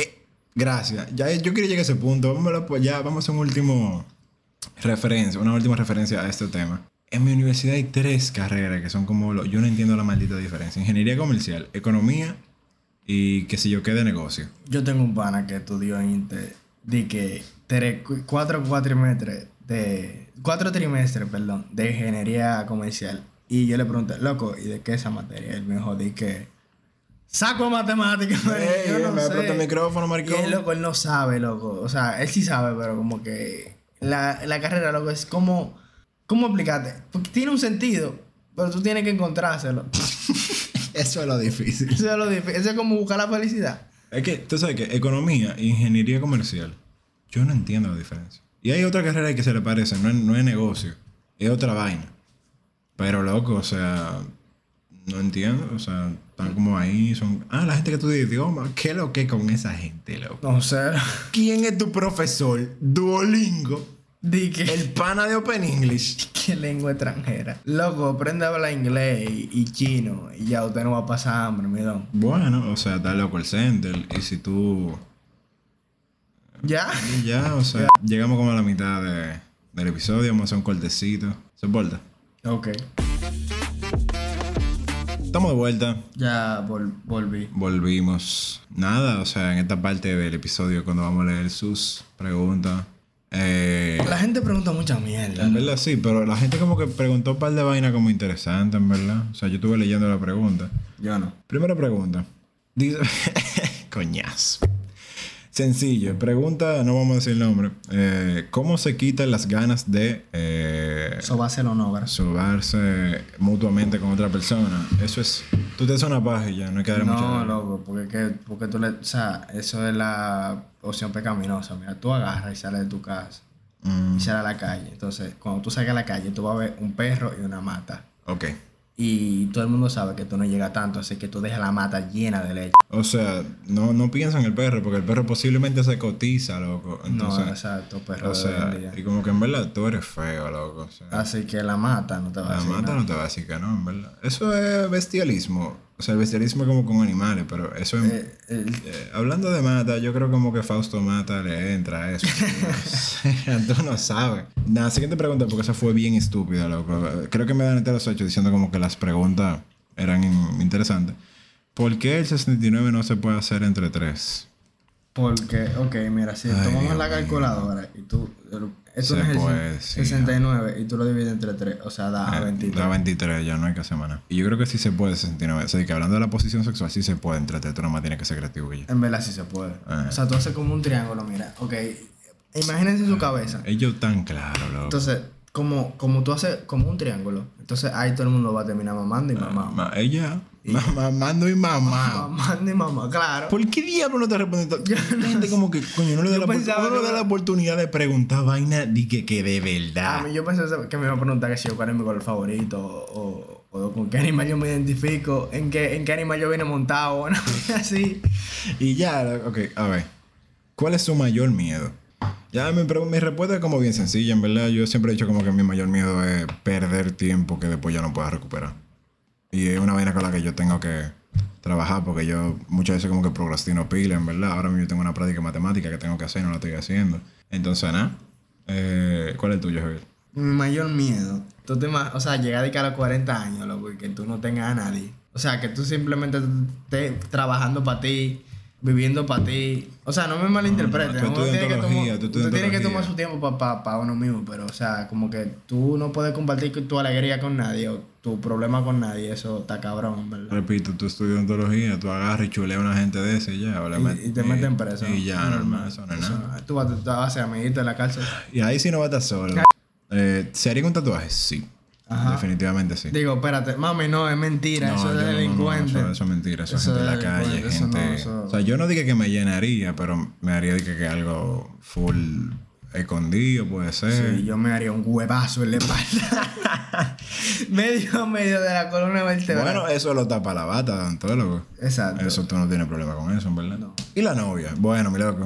Gracias. Ya yo quería llegar a ese punto. Vamos a hacer una última referencia a este tema. En mi universidad hay 3 carreras que son como... Yo no entiendo la maldita diferencia. Ingeniería comercial, economía y qué sé yo qué de negocio. Yo tengo un pana que estudió en Inter de que 4 trimestres de ingeniería comercial. Y yo le pregunté, loco, ¿y de qué esa materia? Él me dijo de que Saco de matemáticas, yo no me sé. apretó el micrófono, Y maricón. él, loco, él no sabe, loco. O sea, él sí sabe, pero como que la carrera, loco, es como... ¿Cómo explicarte? Porque tiene un sentido, pero tú tienes que encontrárselo. Eso es lo difícil. Eso es lo difícil. Eso es como buscar la felicidad. Es que, tú sabes que economía e ingeniería comercial, yo no entiendo la diferencia. Y hay otra carrera que se le parece, no es negocio, es otra vaina. Pero, loco, o sea, no entiendo, o sea, están como ahí, son... Ah, la gente que estudia idioma, ¿qué es lo que con esa gente, loco? No sé. ¿Quién es tu profesor? Duolingo. Di que... El pana de Open English. ¿Qué lengua extranjera? Loco, aprende a hablar inglés y chino y ya usted no va a pasar hambre, mi don. Bueno, o sea, está loco el center. Y si tú... ¿Ya? Y ya, o sea, llegamos como a la mitad del episodio. Vamos a hacer un cortecito. ¿Se importa? Ok. Estamos de vuelta. Ya volví. Volvimos. Nada, o sea, en esta parte del episodio cuando vamos a leer sus preguntas. La gente pregunta mucha mierda. En verdad sí, pero la gente como que preguntó un par de vainas como interesantes, en verdad. O sea, yo estuve leyendo la pregunta. Yo no. Primera pregunta. Dice... Coñazo. Sencillo. Pregunta, no vamos a decir el nombre. ¿Cómo se quitan las ganas de... Sobárselo no, ¿verdad? sobarse mutuamente con otra persona? Eso es... Tú te haces una paja y ya, no hay que darle mucha No, gana. loco, porque tú le... O sea, eso es la opción pecaminosa. Mira, tú agarras y sales de tu casa y sales a la calle. Entonces, cuando tú salgas a la calle, tú vas a ver un perro y una mata. Ok. Y todo el mundo sabe que tú no llegas tanto, así que tú dejas la mata llena de leche. O sea, no piensa en el perro, porque el perro posiblemente se cotiza, loco. Entonces, No, exacto, perro o de sea, vendía. y como que en verdad tú eres feo, loco. O sea, Así que la mata no te va a la decir mata nada. no te va a decir que no, en verdad. Eso es bestialismo. O sea, el bestialismo es como con animales, pero eso es... hablando de mata, yo creo como que Fausto Mata le entra a eso. O sea, tú no sabes. Nada, siguiente pregunta, porque esa fue bien estúpida, loco. Creo que me dan entre los 8 diciendo como que las preguntas eran interesantes. ¿Por qué el 69 no se puede hacer entre 3? Porque, ok, mira, si Ay, tomamos Dios la mío. calculadora y tú... Esto Se no es puede, el sí, 69 y tú lo divides entre 3, o sea, da 23. Da 23, ya no hay que hacer más nada. Y yo creo que sí se puede 69. O sea, que hablando de la posición sexual, sí se puede entre 3. Tú nomás tienes que ser creativo y ya. En verdad sí se puede. O sea, tú haces como un triángulo, mira. Ok, imagínense su cabeza. Ellos tan claro, loco. Entonces, como tú haces como un triángulo, entonces ahí todo el mundo va a terminar mamando y mamando. Ella, mamando y mamá. Mamando y mamá, claro. ¿Por qué diablo no te responde? La gente como que, coño, no le da, Yo pensaba uno le da la oportunidad de preguntar vaina de que de A verdad. mí yo pensé que me iba a preguntar que si yo cuál es mi color favorito o con qué animal yo me identifico, en qué animal yo vine montado, ¿no? Así. Y ya, ok, a ver. ¿Cuál es su mayor miedo? Ya mi respuesta es como bien sencilla, en verdad. Yo siempre he dicho como que mi mayor miedo es perder tiempo que después ya no pueda recuperar. Y es una vaina con la que yo tengo que trabajar porque yo muchas veces como que procrastino pila, en verdad. Ahora mismo yo tengo una práctica de matemática que tengo que hacer y no la estoy haciendo. Entonces, nada. ¿Cuál es el tuyo, Javier? Mi mayor miedo. O sea, llegar de que a los 40 años, loco, y que tú no tengas a nadie. O sea, que tú simplemente estés trabajando para ti, viviendo para ti. O sea, no me malinterpretes. No, tú estudias ontología, tú estudias Usted tiene que ontología. tomar su tiempo para uno mismo, pero, o sea, como que tú no puedes compartir tu alegría con nadie o tu problema con nadie. Eso está cabrón, en verdad. Repito, tú estudias ontología, tú agarras y chuleas a una gente de ese y ya. Y te meten preso. Y ya, normal, eso no es nada. Tú vas a ser amiguito en la cárcel. Y ahí sí no va a estar solo. ¿Se haría un tatuaje? Sí. Ajá. Definitivamente sí. Digo, espérate, mami, no, es mentira, No, eso es yo de no, delincuente. eso es mentira, eso es Eso gente de es la calle, delincuente, eso gente... no, eso- O sea, yo no dije que me llenaría, pero me haría de que algo full escondido puede ser. Sí, yo me haría un huevazo en la espalda. medio de la columna vertebral. Bueno, eso lo tapa la bata, odontólogo. Exacto. Eso tú no tienes problema con eso, en verdad. No. ¿Y la novia? Bueno, mi loco.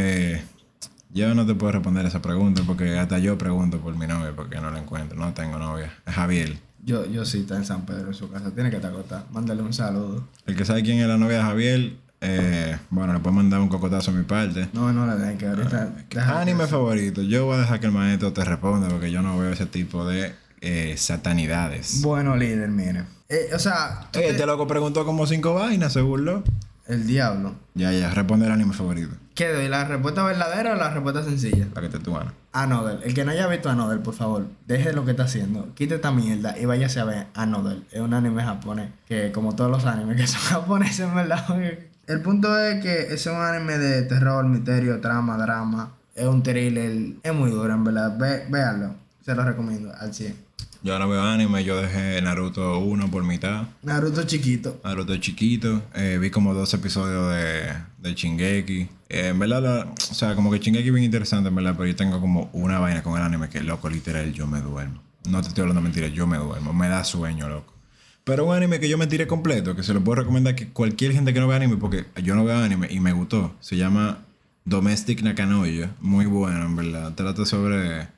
Yo no te puedo responder esa pregunta porque hasta yo pregunto por mi novia porque no la encuentro. No tengo novia. Es Javier. Yo sí está en San Pedro en su casa. Tiene que estar acostado. Mándale un saludo. El que sabe quién es la novia de Javier, bueno, le puedo mandar un cocotazo a mi parte. No la dejen que ahorita. deja Anime que- favorito. Yo voy a dejar que el maestro te responda porque yo no veo ese tipo de satanidades. Bueno, líder, mire. O sea, Este loco preguntó como 5 vainas, se burló. el diablo. Ya, responde el anime favorito. ¿Qué doy? ¿La respuesta verdadera o la respuesta sencilla? La que te tu gana. Another. El que no haya visto Another, por favor, deje lo que está haciendo, quite esta mierda y váyase a ver Another. Es un anime japonés que, como todos los animes que son japoneses, en verdad. El punto es que ese es un anime de terror, misterio, trama, drama. Es un thriller. Es muy duro, en verdad. Véanlo. Se lo recomiendo al 100. Yo ahora veo anime, yo dejé Naruto 1 por mitad. Naruto chiquito. Naruto chiquito. Vi como 2 episodios de Shingeki. En verdad, o sea, como que Shingeki es bien interesante, en verdad, pero yo tengo como una vaina con el anime que, loco, literal, yo me duermo. No te estoy hablando mentira, yo me duermo. Me da sueño, loco. Pero un anime que yo me tiré completo, que se lo puedo recomendar a cualquier gente que no vea anime, porque yo no veo anime y me gustó. Se llama Domestic Nakanoyo. Muy bueno, en verdad. Trata sobre...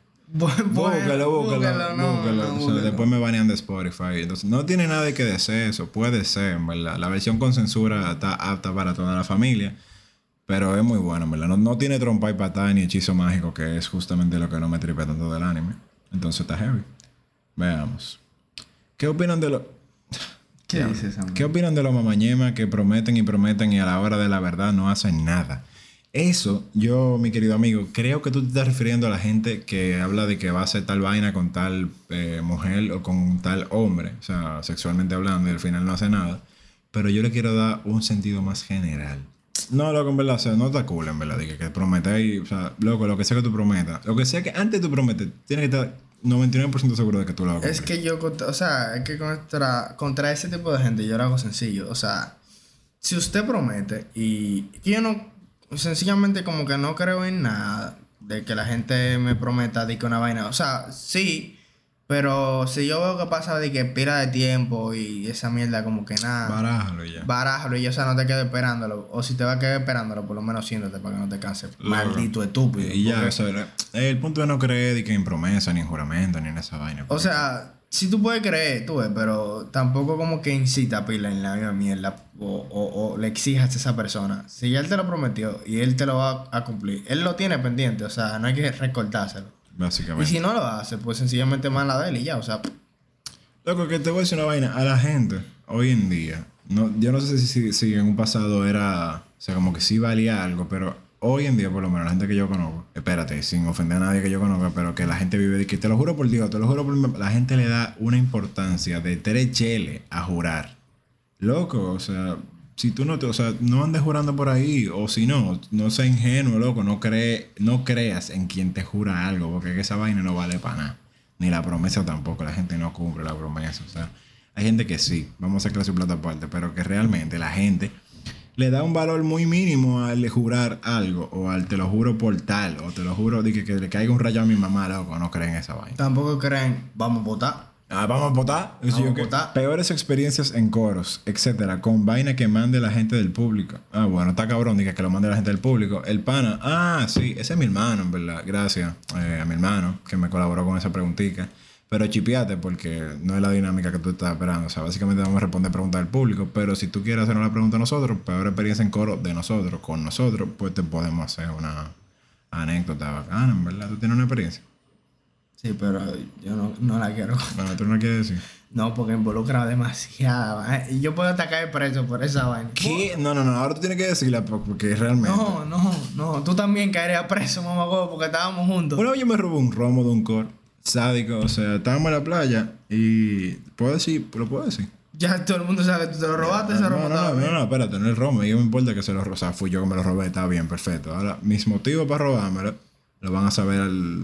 Búscalo. O sea, después me banean de Spotify. Entonces, no tiene nada que decir eso. Puede ser, en verdad. La versión con censura está apta para toda la familia. Pero es muy bueno, en verdad. No tiene trompa y patada ni hechizo mágico, que es justamente lo que no me tripea tanto del anime. Entonces está heavy. Veamos. ¿Qué opinan de lo... ¿Qué dices, amigo? ¿Qué opinan de los mamañemas que prometen y a la hora de la verdad no hacen nada? Eso, yo, mi querido amigo, creo que tú te estás refiriendo a la gente que habla de que va a hacer tal vaina con tal mujer o con tal hombre, o sea, sexualmente hablando, y al final no hace nada. Pero yo le quiero dar un sentido más general. No, loco, en verdad, o sea, no está cool, en verdad, de que prometes, o sea, loco, lo que sea que tú prometas, lo que sea que antes tú prometes, tienes que estar 99% seguro de que tú lo vas a cumplir. Es que yo, o sea, es que contra ese tipo de gente yo lo hago sencillo. O sea, si usted promete y yo no... Sencillamente como que no creo en nada de que la gente me prometa de que una vaina. O sea, sí, pero si yo veo que pasa de que pila de tiempo y esa mierda como que nada. Barájalo y ya, o sea, no te quedes esperándolo. O si te vas a quedar esperándolo, por lo menos siéntate para que no te canses. Maldito estúpido. Y ya, o sea, el punto de no creer de que en promesa, ni en juramento, ni en esa vaina. O sea... Si tú puedes creer, tú ves, pero tampoco como que incita a pila en la misma mierda o le exijas a esa persona. Si ya él te lo prometió y él te lo va a cumplir, él lo tiene pendiente, o sea, no hay que recortárselo. Básicamente. Y si no lo hace, pues sencillamente mala de él y ya, o sea... Loco, que te voy a decir una vaina. A la gente, hoy en día, yo no sé si en un pasado era... O sea, como que sí valía algo, pero... Hoy en día, por lo menos, la gente que yo conozco, espérate, sin ofender a nadie que yo conozca, pero que la gente vive de que te lo juro por Dios, te lo juro por la gente le da una importancia de 3 cheles a jurar. Loco, o sea, si tú no andes jurando por ahí, o si no seas ingenuo, loco, no creas en quien te jura algo, porque esa vaina no vale para nada. Ni la promesa tampoco, la gente no cumple la promesa, o sea, hay gente que sí, vamos a sacar su plata aparte, pero que realmente la gente le da un valor muy mínimo al jurar algo, o al te lo juro por tal, o te lo juro de que le caiga un rayo a mi mamá, loco, no creen esa vaina. Tampoco creen, vamos a votar. Vamos a votar. Peores experiencias en coros, etcétera, con vaina que mande la gente del público. Bueno, está cabrón, diga que lo mande la gente del público. El pana, sí, ese es mi hermano, en verdad. Gracias a mi hermano que me colaboró con esa preguntita. Pero chipiate porque no es la dinámica que tú estás esperando. O sea, básicamente vamos a responder preguntas del público. Pero si tú quieres hacernos la pregunta a nosotros, peor experiencia en coro de nosotros, con nosotros, pues te podemos hacer una anécdota bacana, en verdad. ¿Tú tienes una experiencia? Sí, pero yo no la quiero. Bueno, ¿tú no quieres decir? No, porque involucra demasiado. Y yo puedo atacar preso por esa vaina. ¿Qué? No. Ahora tú tienes que decirla porque realmente... No. Tú también caerías preso, mamá, porque estábamos juntos. Una vez yo me robé un romo de un coro. Sádico, o sea, estábamos en la playa y... ¿Lo puedo decir? Ya todo el mundo sabe que tú te lo robaste, ese romo. No, espérate, no es el romo. Y no me importa que se lo robé. O sea, fui yo que me lo robé, está bien, perfecto. Ahora, mis motivos para robármelo lo van a saber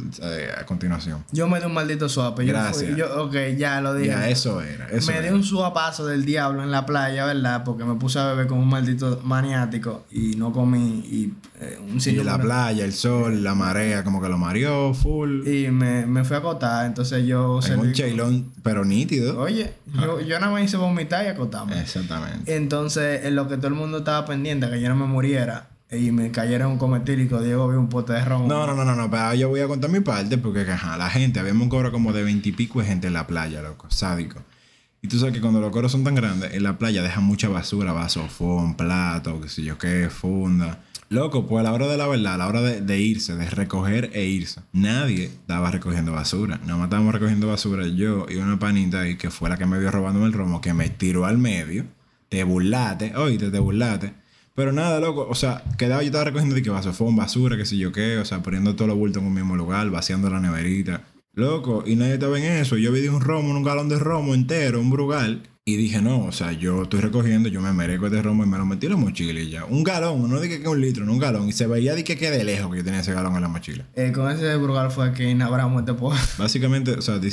a continuación. Yo me di un maldito suape. Gracias. Ya lo dije. Ya, eso era. Me di un suapazo del diablo en la playa, ¿verdad? Porque me puse a beber como un maldito maniático y no comí. Y la playa, el sol, la marea, como que lo mareó full. Y me fui a acotar, entonces yo... En un chailón, pero nítido. Oye, yo nada más hice vomitar y acotarme. Exactamente. Entonces, en lo que todo el mundo estaba pendiente, que yo no me muriera... Y me cayera un cometílico, Diego vio un pote de ron. No, pero yo voy a contar mi parte porque, la gente, habíamos un coro como de 20 y pico de gente en la playa, loco, sádico. Y tú sabes que cuando los coros son tan grandes, en la playa dejan mucha basura, vasofón, plato, qué sé yo qué, funda. Loco, pues a la hora de la verdad, a la hora de irse, de recoger e irse, nadie estaba recogiendo basura. Nada más estábamos recogiendo basura yo y una panita ahí que fue la que me vio robándome el romo, que me tiró al medio. Te burlaste. Pero nada, loco, o sea, yo estaba recogiendo de que vasofón, basura, qué sé yo qué, o sea, poniendo todos los bultos en un mismo lugar, vaciando la neverita. Loco, y nadie estaba en eso. Yo vi un romo, un galón de romo entero, un brugal. Y dije, no, o sea, yo estoy recogiendo, yo me merezco este romo y me lo metí en la mochila y ya. Un galón, no dije que un litro, no un galón. Y se veía de que de lejos que yo tenía ese galón en la mochila. Con ese brugal fue que inauguramos este podcast. Básicamente, o sea,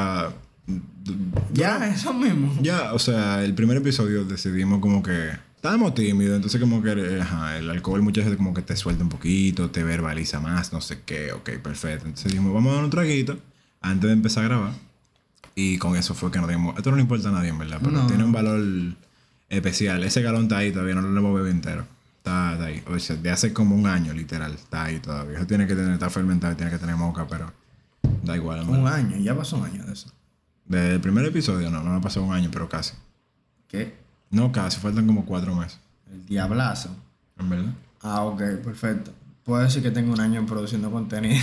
ya, eso mismo. Ya, o sea, el primer episodio decidimos como que estábamos tímidos, entonces como que el alcohol muchas veces como que te suelta un poquito, te verbaliza más, no sé qué, ok, perfecto. Entonces dijimos, vamos a dar un traguito antes de empezar a grabar. Y con eso fue que nos dimos... Esto no le importa a nadie, en verdad, pero no. Tiene un valor especial. Ese galón está ahí todavía, no lo hemos bebido entero. Está ahí. O sea, de hace como un año, literal, está ahí todavía. Eso tiene que tener, está fermentado, tiene que tener moca, pero da igual. Un año, ya pasó un año de eso. Desde el primer episodio no me pasó un año, pero casi. ¿Qué? No, casi, faltan como 4 meses. El diablazo. ¿En verdad? Ah, ok, perfecto. Puedo decir que tengo un año produciendo contenido.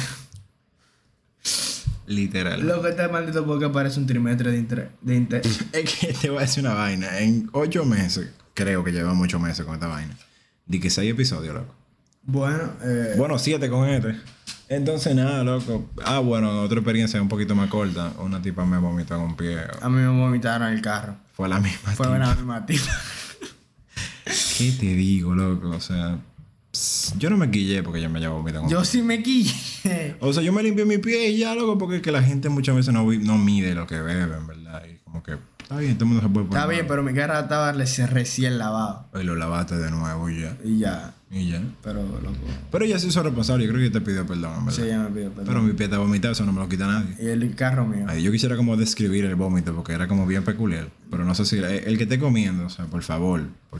Literal. Lo que está maldito porque parece un trimestre de interés. Es que te voy a decir una vaina. En 8 meses, creo que llevamos 8 meses con esta vaina. Di que 6 episodios, loco. Bueno, Bueno, 7 con este. Entonces, nada, loco. Ah, bueno, otra experiencia un poquito más corta. Una tipa me vomitó en un pie. A mí me vomitaron el carro. Fue la misma Fue tipa. la misma tipa. ¿Qué te digo, loco? O sea, yo no me quillé porque ella me había vomitado en un Yo pie. sí me quillé. O sea, yo me limpié mi pie y ya, loco, porque es que la gente muchas veces no mide lo que bebe, en verdad. Y como que, está bien, todo el mundo se puede poner. Está bien, pero mi carro estaba recién lavado. Y lo lavaste de nuevo y ya. Y ya. Y ya. Pero, loco. Pero ella se hizo responsable. Yo creo que ella te pidió perdón, en verdad. Sí, ella me pidió perdón. Pero mi pie está vomitado, eso no me lo quita nadie. Y el carro mío. Ay, yo quisiera como describir el vómito porque era como bien peculiar. Pero no sé si... El que esté comiendo, o sea, por favor.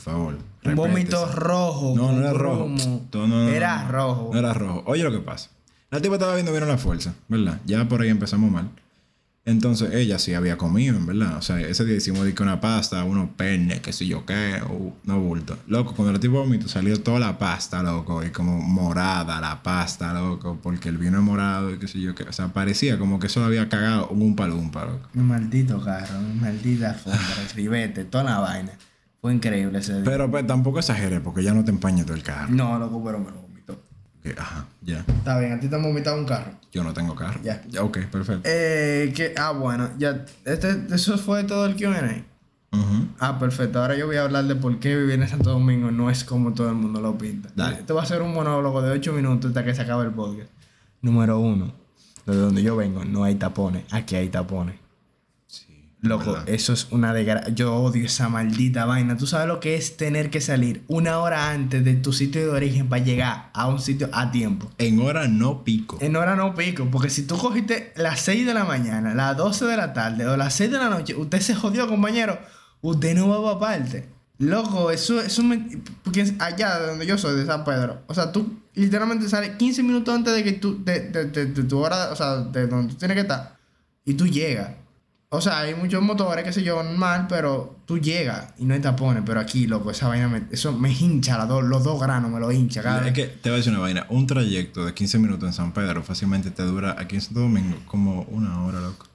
Un vómito respétese. rojo. No, con no era rojo. grumo. No, Era rojo. No era rojo. Oye lo que pasa. La tipa estaba viendo bien a la fuerza, ¿verdad? Ya por ahí empezamos mal. Entonces ella sí había comido, en verdad. O sea, ese día hicimos de que una pasta, unos penes, qué sé yo qué, no bulto. Loco, cuando la tipa vomitó salió toda la pasta, loco, y como morada la pasta, loco, porque el vino es morado y qué sé yo qué. O sea, parecía como que eso lo había cagado un palumpa, loco. Mi maldito carro, mi maldita funda, el ribete, toda la vaina. Fue increíble ese día. Pero pues tampoco exageré porque ya no te empañe todo el carro. No, loco, pero me lo vomitó. Ajá, ya. Está bien, a ti te han vomitado un carro. Yo no tengo carro. Ya. Ok, perfecto. Bueno, ya. Eso fue todo el Q&A. Ujú. Ah, perfecto. Ahora yo voy a hablar de por qué vivir en Santo Domingo no es como todo el mundo lo pinta. Dale. Esto va a ser un monólogo de 8 minutos hasta que se acabe el podcast. Número 1. De donde yo vengo no hay tapones. Aquí hay tapones. Sí. Loco, ¿verdad? eso es una desgracia. Yo odio esa maldita vaina. ¿Tú sabes lo que es tener que salir 1 hora antes de tu sitio de origen para llegar a un sitio a tiempo? En hora no pico. En hora no pico, porque si tú cogiste las 6 de la mañana, las 12 de la tarde o las 6 de la noche, usted se jodió, compañero. Usted no va para parte. Loco, porque allá de donde yo soy, de San Pedro, o sea, tú literalmente sales 15 minutos antes de que tú, de tu hora, o sea, de donde tú tienes que estar, y tú llegas. O sea, hay muchos motores, qué sé yo, normal, pero tú llegas y no hay tapones. Pero aquí, loco, esa vaina eso me hincha, los dos granos me lo hincha. Es que te voy a decir una vaina. Un trayecto de 15 minutos en San Pedro fácilmente te dura aquí en Santo Domingo como 1 hora, loco.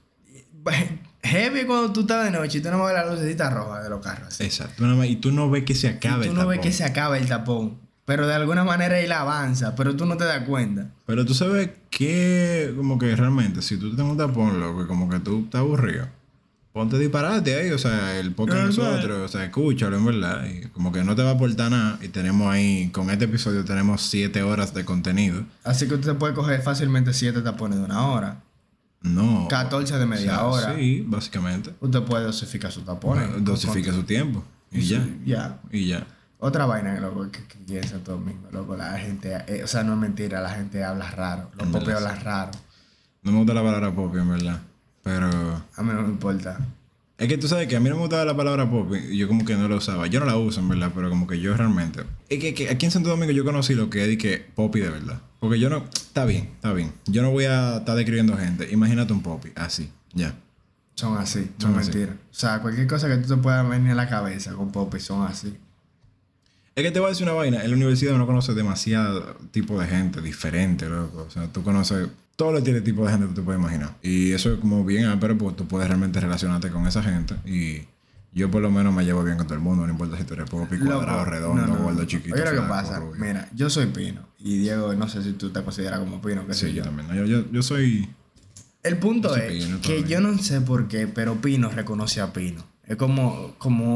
Heavy cuando tú estás de noche y tú no ves la lucecita roja de los carros. Así. Exacto. Y tú no ves que se acabe el Tú no ves tapón. que se acaba el tapón. Pero de alguna manera él avanza, pero tú no te das cuenta. Pero tú sabes que, como que realmente, si tú tienes un tapón, loco, como que tú estás aburrido, ponte disparate ahí, o sea, el podcast de nosotros, o sea, escúchalo, en verdad. Y como que no te va a aportar nada. Y tenemos ahí, con este episodio, tenemos 7 horas de contenido. Así que usted puede coger fácilmente 7 tapones de 1 hora. No. 14 de media hora. Sí, básicamente. Usted puede dosificar su tapones. Dosifica su tiempo. Y ya. Ya. Y ya. Otra vaina, loco, que en Santo Domingo, loco, la gente, o sea, no es mentira, la gente habla raro, los En popes verdad, hablan raro. No me gusta la palabra pop, en verdad. Pero... A mí no me importa. Es que tú sabes que a mí no me gustaba la palabra pop y yo como que no la usaba. Yo no la uso, en verdad, pero como que yo realmente... Es que aquí en Santo Domingo yo conocí lo que es de que popi de verdad. Porque yo no... Está bien. Yo no voy a estar describiendo gente. Imagínate un popi, así, ya. Son así, Son no así. mentira. O sea, cualquier cosa que tú te puedas venir a la cabeza con popes son así. Es que te voy a decir una vaina. En la universidad uno conoce demasiado tipo de gente diferente, loco. O sea, tú conoces todos los tipos de gente que tú te puedes imaginar. Y eso es como bien, pero pues tú puedes realmente relacionarte con esa gente y Yo por lo menos me llevo bien con todo el mundo, no importa si tú eres popi, cuadrado, redondo, gordo, chiquito. Oye, lo que pasa, mira, yo soy Pino. Y Diego, no sé si tú te consideras como Pino, que sí, yo también. Yo soy... El punto es Pino, que yo no sé por qué, pero Pino reconoce a Pino. Es como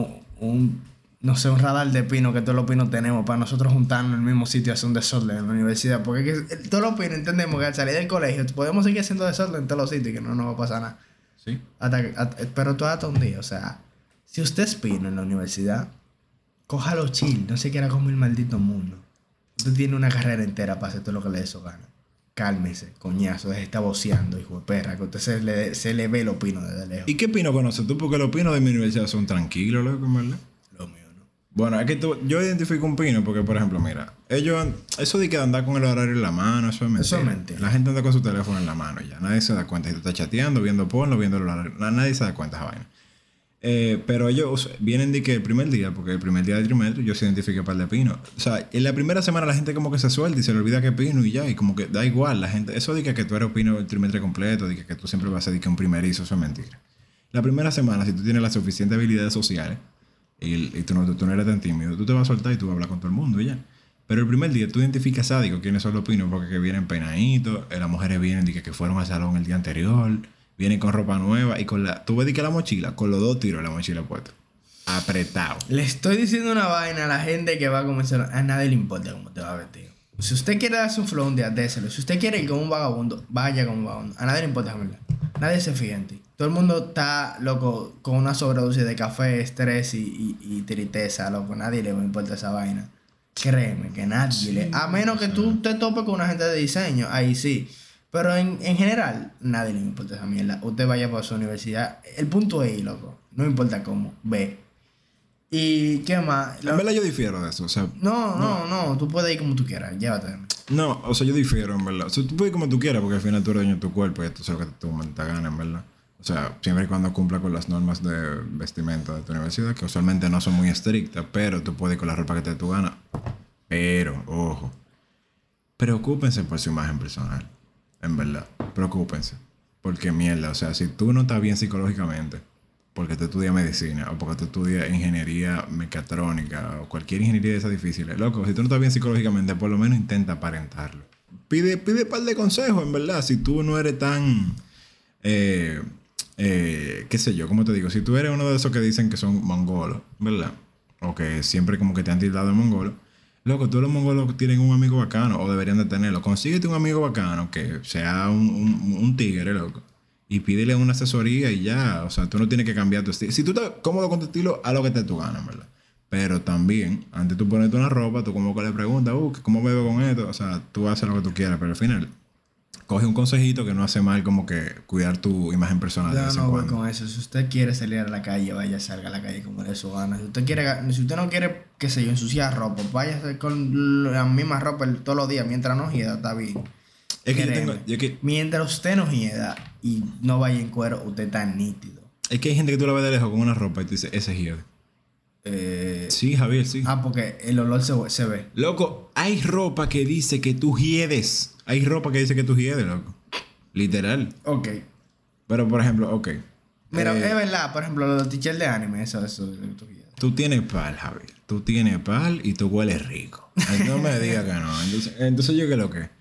un, no sé, un radar de Pino que todos los Pinos tenemos para nosotros juntarnos en el mismo sitio y hacer un desorden en la universidad. Porque es que todos los Pinos entendemos que al salir del colegio podemos seguir haciendo desorden en todos los sitios y que no nos va a pasar nada. Sí. Pero todo hasta un día, o sea... Si usted es Pino en la universidad, cójalo chill, no se quiera comer el maldito mundo. Usted tiene una carrera entera para hacer todo lo que le dé su gana. Cálmese, coñazo, deje de estar boceando, hijo de perra, que a usted se le ve los pinos desde lejos. ¿Y qué pino conoces tú? Porque los pinos de mi universidad son tranquilos, loco, ¿verdad? Lo mío, ¿no? Bueno, es que yo identifico un pino porque, por ejemplo, mira, eso de que andar con el horario en la mano, eso es mentira. Eso es mentira. La gente anda con su teléfono en la mano y ya, nadie se da cuenta. Si tú estás chateando, viendo porno, viendo el horario, nadie se da cuenta de esa vaina. Pero ellos vienen de que el primer día, porque el primer día del trimestre yo se identifiqué par de pino. O sea, en la primera semana la gente como que se suelta y se le olvida que es pino y ya, y como que da igual la gente. Eso de que tú eres pino el trimestre completo, de que tú siempre vas a ser un primerizo, eso es mentira. La primera semana, si tú tienes las suficientes habilidades sociales y tú no eres tan tímido, tú te vas a soltar y tú vas a hablar con todo el mundo y ya. Pero el primer día tú identificas sádico quiénes son los pinos, porque que vienen peinaditos, las mujeres vienen de que fueron al salón el día anterior. Vienen con ropa nueva y con la... Tú ves que la mochila, con los 2 tiros la mochila puesta. Apretado. Le estoy diciendo una vaina a la gente que va a comenzar. A nadie le importa cómo te va a vestir. Si usted quiere darse un flow un día, déselo. Si usted quiere ir con un vagabundo, vaya con un vagabundo. A nadie le importa, ¿verdad? Nadie se fija en ti. Todo el mundo está, loco, con una sobredosis de café, estrés y tristeza, loco. Nadie le importa esa vaina. Créeme, que nadie le... A menos que tú te topes con una gente de diseño, ahí sí. Pero en general, nadie le importa esa mierda. Usted vaya por su universidad. El punto es, loco. No importa cómo. Ve. ¿Y qué más? En verdad yo difiero de eso. O sea, no. Tú puedes ir como tú quieras. Llévate. No, o sea, yo difiero, en verdad. O sea, tú puedes ir como tú quieras porque al final tú eres dueño de tu cuerpo y tú sabes lo que tu mente gana, en verdad. O sea, siempre y cuando cumpla con las normas de vestimenta de tu universidad, que usualmente no son muy estrictas, pero tú puedes ir con la ropa que te dé tu gana. Pero, ojo, preocúpense por su imagen personal. En verdad, preocúpense. Porque mierda, o sea, si tú no estás bien psicológicamente, porque tú estudias medicina, o porque tú estudias ingeniería mecatrónica, o cualquier ingeniería de esas difíciles, loco, si tú no estás bien psicológicamente, por lo menos intenta aparentarlo. Pide un par de consejos, en verdad, si tú no eres tan... qué sé yo, ¿cómo te digo? Si tú eres uno de esos que dicen que son mongolos, ¿verdad? O que siempre como que te han tildado de mongolo. Loco, todos los mongolos tienen un amigo bacano, o deberían de tenerlo. Consíguete un amigo bacano que sea un tigre, loco. Y pídele una asesoría y ya. O sea, tú no tienes que cambiar tu estilo. Si tú estás cómodo con tu estilo, haz lo que te dé tu gana, ¿verdad? Pero también, antes de tú ponerte una ropa, tú como que le preguntas, ¿cómo me veo con esto? O sea, tú haces lo que tú quieras, pero al final, coge un consejito que no hace mal como que cuidar tu imagen personal. Yo no voy con eso. Si usted quiere salir a la calle, vaya, salga a la calle como le dé su gana. Si usted no quiere, qué sé yo, ensuciar ropa, vaya con la misma ropa todos los días mientras no hieda, está bien. Es que Mientras usted no hieda y no vaya en cuero, usted está nítido. Es que hay gente que tú la ves de lejos con una ropa y tú dices, ese es hiede. Sí, Javier, sí. Porque el olor se ve. Loco, hay ropa que dice que tú hiedes. Hay ropa que dice que tú hiedes, loco. Literal. Ok. Pero, por ejemplo, ok. Mira, es verdad, por ejemplo, los t-shirts de anime, eso tú hiedes. Tú tienes pal, Javier. Tú tienes pal y tú hueles rico. No me digas que no. Entonces yo qué lo que...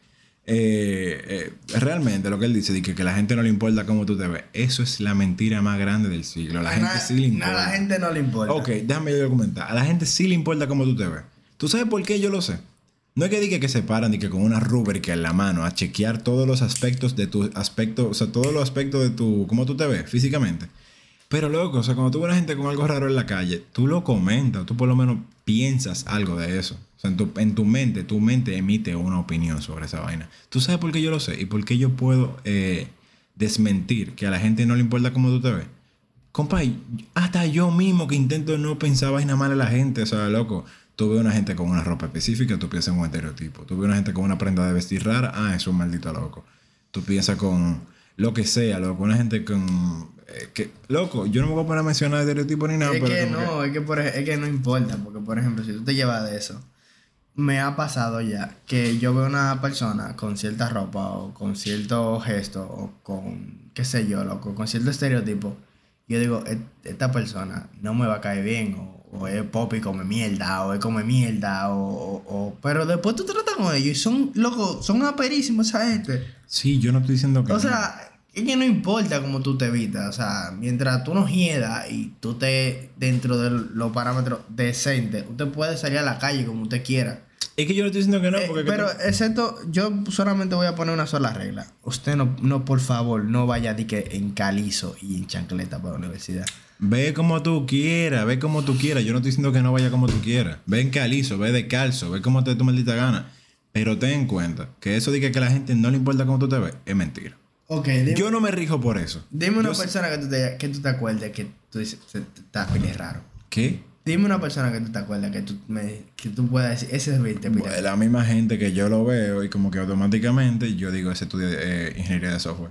realmente lo que él dice de que a la gente no le importa cómo tú te ves, eso es la mentira más grande del siglo. A la gente sí le importa. A la gente no le importa. Ok, déjame yo comentar. A la gente sí le importa cómo tú te ves. ¿Tú sabes por qué yo lo sé? No es que diga que se paran y que con una rúbrica en la mano a chequear todos los aspectos de tu aspecto, o sea, todos los aspectos de tu cómo tú te ves físicamente. Pero loco, o sea, cuando tú ves a una gente con algo raro en la calle, tú lo comentas, tú por lo menos piensas algo de eso. O sea, en tu mente emite una opinión sobre esa vaina. ¿Tú sabes por qué yo lo sé? ¿Y por qué yo puedo desmentir que a la gente no le importa cómo tú te ves? Compa, hasta yo mismo que intento no pensar vaina mal a la gente. O sea, loco, tú ves una gente con una ropa específica, tú piensas en un estereotipo. Tú ves una gente con una prenda de vestir rara, es un maldito loco. Tú piensas con lo que sea, loco, una gente con... loco, yo no me voy a poner a mencionar estereotipos ni nada. Es que no importa, porque por ejemplo, si tú te llevas de eso, me ha pasado ya que yo veo una persona con cierta ropa o con cierto gesto o con, qué sé yo, loco, con cierto estereotipo Yo digo, esta persona no me va a caer bien, o es pop y come mierda, o es come mierda, pero después tú tratas con ellos y son, loco, son aperísimos esa gente. Sí, yo no estoy diciendo que O no. sea, es que no importa cómo tú te vistas, o sea, mientras tú no hiedas y tú estés dentro de los parámetros decentes, usted puede salir a la calle como usted quiera. Es que yo no estoy diciendo que no, porque... Pero excepto, yo solamente voy a poner una sola regla. Usted no, por favor, no vaya de que en calizo y en chancleta para la universidad. Ve como tú quieras, ve como tú quieras. Yo no estoy diciendo que no vaya como tú quieras. Ve en calizo, ve descalzo, ve como te dé tu maldita gana. Pero ten en cuenta que eso de que a la gente no le importa cómo tú te ves, es mentira. Ok, Yo no me rijo por eso. Dime una Yo persona que tú te acuerdes que tú dices, está pile raro. ¿Qué? Dime una persona que tú te acuerdas que tú puedas decir, ese es pile Bueno, la misma gente que yo lo veo y como que automáticamente yo digo, ese estudia ingeniería de software.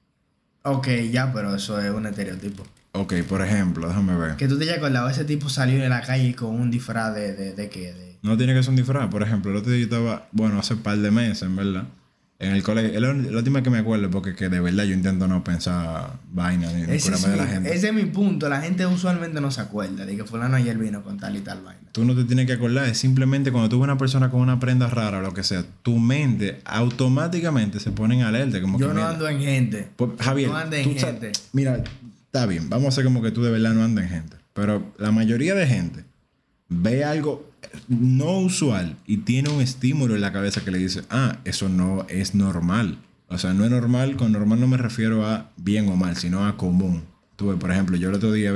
Ok, ya, pero eso es un estereotipo. Ok, por ejemplo, déjame ver. Que tú te hayas acordado, ese tipo salió de la calle con un disfraz de qué, No tiene que ser un disfraz. Por ejemplo, el otro día yo estaba, bueno, hace un par de meses, en verdad, en el colegio. Es la última que me acuerdo porque que de verdad yo intento no pensar vainas ni curarme de la gente. Ese es mi punto. La gente usualmente no se acuerda de que fulano ayer vino con tal y tal vaina. Tú no te tienes que acordar. Es simplemente cuando tú ves una persona con una prenda rara o lo que sea, tu mente automáticamente se pone en alerta. Como Yo que, no mira, ando en gente. pues, Javier, no ando en tú gente. mira, está bien. Vamos a hacer como que tú de verdad no andas en gente. Pero la mayoría de gente ve algo no usual y tiene un estímulo en la cabeza que le dice, eso no es normal. O sea, no es normal. Con normal no me refiero a bien o mal, sino a común. Tú ves, por ejemplo, yo el otro día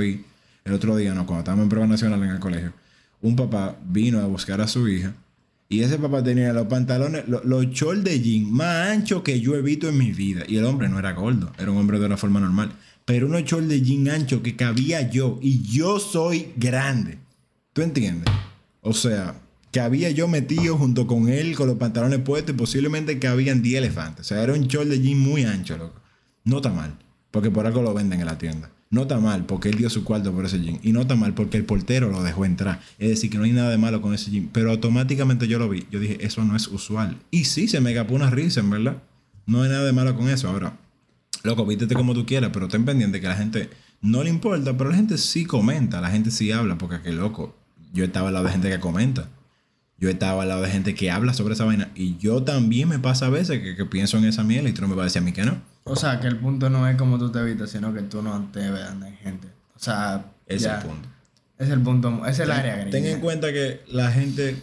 cuando estábamos en prueba nacional en el colegio, un papá vino a buscar a su hija y ese papá tenía los pantalones, los shorts de jean más anchos que yo he visto en mi vida. Y el hombre no era gordo, era un hombre de una forma normal. Pero unos shorts de jean anchos que cabía yo y yo soy grande. ¿Tú entiendes? O sea, que había yo metido junto con él con los pantalones puestos y posiblemente que habían 10 elefantes. O sea, era un short de jean muy ancho, loco. No está mal, porque por algo lo venden en la tienda. No está mal porque él dio su cuarto por ese jean. Y no está mal porque el portero lo dejó entrar. Es decir, que no hay nada de malo con ese jean. Pero automáticamente yo lo vi. Yo dije, eso no es usual. Y sí, se me escapó una risa, en verdad. No hay nada de malo con eso. Ahora, loco, vístete como tú quieras, pero ten pendiente que a la gente no le importa, pero la gente sí comenta, la gente sí habla, porque que loco, yo estaba al lado de gente que comenta. Yo estaba al lado de gente que habla sobre esa vaina. Y yo también me pasa a veces que pienso en esa mierda y tú no me vas a decir a mí que no. O sea, que el punto no es como tú te vistas, sino que tú no te veas en gente. O sea, Ese es el punto. Es el punto, es el área gris. Ten en cuenta que la gente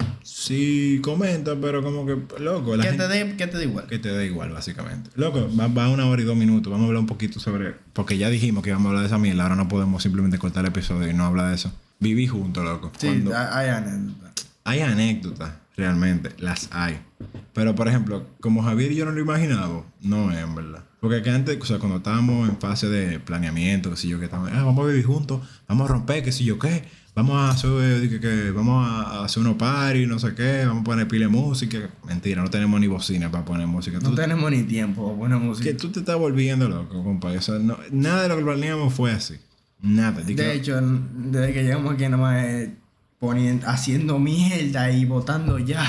sí comenta, pero como que, loco, la gente... Que te dé igual. Que te dé igual, básicamente. Loco, va 1 hora y 2 minutos. Vamos a hablar un poquito sobre... Porque ya dijimos que íbamos a hablar de esa mierda. Ahora no podemos simplemente cortar el episodio y no hablar de eso. Viví juntos, loco. Sí, hay anécdotas. Hay anécdotas, realmente. Las hay. Pero, por ejemplo, como Javier y yo no lo imaginábamos, no es en verdad. Porque que antes, o sea, cuando estábamos en fase de planeamiento, qué sé yo, que estábamos, vamos a vivir juntos, vamos a romper, qué sé yo, qué, vamos a hacer, vamos a hacer unos parties, no sé qué, vamos a poner pile de música. Mentira, no tenemos ni bocina para poner música. No tenemos ni tiempo para poner música. Que tú te estás volviendo loco, compadre. O sea, nada de lo que planeamos fue así. Nada. De hecho, desde que llegamos aquí, nada más haciendo mierda y botando llaves.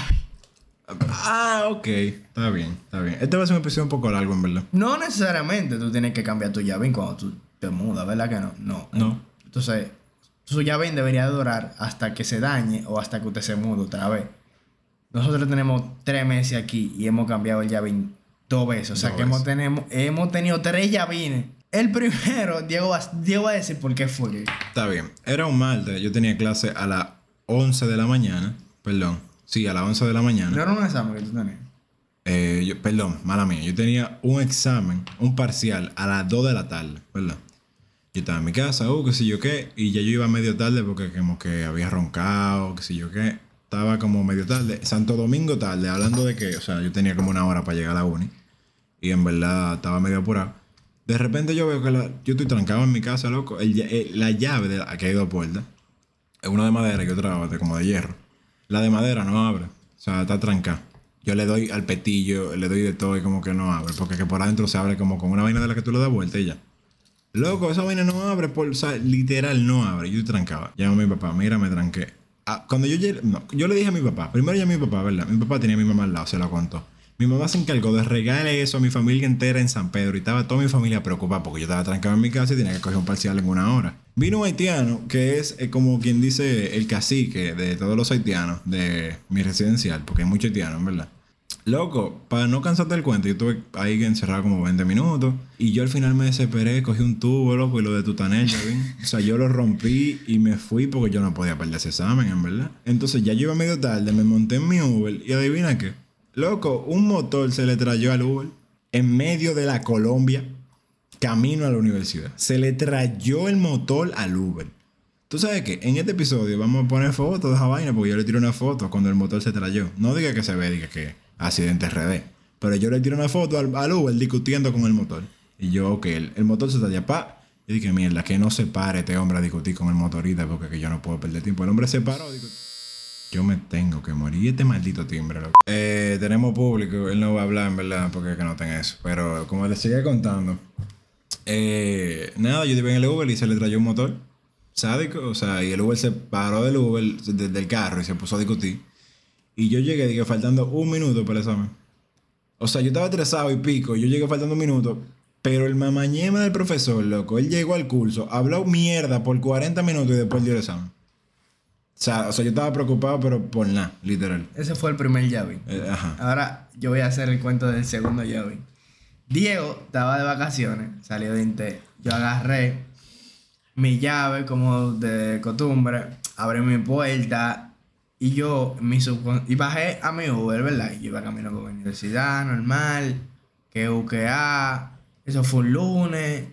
Ok. Está bien. Este va a ser un episodio un poco largo, en verdad. No necesariamente tú tienes que cambiar tu llavín cuando tú te mudas, ¿verdad que no? No. Entonces, su llavín debería durar hasta que se dañe o hasta que usted se mude otra vez. Nosotros tenemos 3 meses aquí y hemos cambiado el llavín 2 veces. O sea que hemos tenido 3 llavines. El primero, Diego va a decir por qué fue. Está bien. Era un martes. Yo tenía clase a las 11 de la mañana. Perdón. Sí, a las 11 de la mañana. ¿No era un examen que tú tenías? Perdón, mala mía. Yo tenía un examen, un parcial, a las 2 de la tarde, ¿verdad? Yo estaba en mi casa, qué sé yo qué, y ya yo iba medio tarde porque como que había roncado, qué sé yo qué. Estaba como medio tarde. Santo Domingo tarde, hablando de que, o sea, yo tenía como 1 hora para llegar a la uni. Y en verdad estaba medio apurado. De repente yo veo que yo estoy trancado en mi casa, loco. La llave de la que hay 2 puertas es una de madera y otra como de hierro. La de madera no abre. O sea, está trancada. Yo le doy al petillo, le doy de todo y como que no abre. Porque que por adentro se abre como con una vaina de la que tú le das vuelta y ya. Loco, esa vaina no abre. O sea, literal no abre. Yo trancaba. Llamo a mi papá. Mira, me tranqué. Cuando yo llegué... No, yo le dije a mi papá. Primero llamé a mi papá, ¿verdad? Mi papá tenía a mi mamá al lado. Se lo contó. Mi mamá se encargó de regalarle eso a mi familia entera en San Pedro y estaba toda mi familia preocupada porque yo estaba trancado en mi casa y tenía que coger un parcial en 1 hora. Vino un haitiano que es como quien dice el cacique de todos los haitianos de mi residencial, porque hay muchos haitianos, en verdad. Loco, para no cansarte del cuento, yo estuve ahí encerrado como 20 minutos y yo al final me desesperé, cogí un tubo, loco, y lo detutané, ¿ya ven? O sea, yo lo rompí y me fui porque yo no podía perder ese examen, en verdad. Entonces ya yo iba medio tarde, me monté en mi Uber y adivina qué. Loco, un motor se le trayó al Uber en medio de la Colombia, camino a la universidad. Se le trayó el motor al Uber. ¿Tú sabes qué? En este episodio vamos a poner fotos de esa vaina porque yo le tiré una foto cuando el motor se trayó. No diga que se ve, diga que accidente RD. Pero yo le tiré una foto al Uber discutiendo con el motor. Y yo, ok, el motor se trayó, pa. Yo dije, mierda, que no se pare este hombre a discutir con el motorista porque que yo no puedo perder tiempo. El hombre se paró, dijo, yo me tengo que morir. Este maldito timbre, loco. Tenemos público, él no va a hablar, en verdad, porque que no tenga eso. Pero como les seguía contando, nada, yo iba en el Uber y se le trayó un motor sádico, o sea, y el Uber se paró del Uber, del carro y se puso a discutir. Y yo llegué, dije, faltando 1 minuto para el examen. O sea, yo estaba estresado y pico, yo llegué faltando 1 minuto, pero el mamañema del profesor, loco, él llegó al curso, habló mierda por 40 minutos y después dio el examen. O sea, yo estaba preocupado, pero por nada, literal. Ese fue el primer llave. Ajá. Ahora yo voy a hacer el cuento del segundo llave. Diego estaba de vacaciones, salió de Inte. Yo agarré mi llave, como de costumbre, abrí mi puerta y yo y bajé a mi Uber, ¿verdad? Y yo iba camino por la universidad, normal, que UQA, eso fue un lunes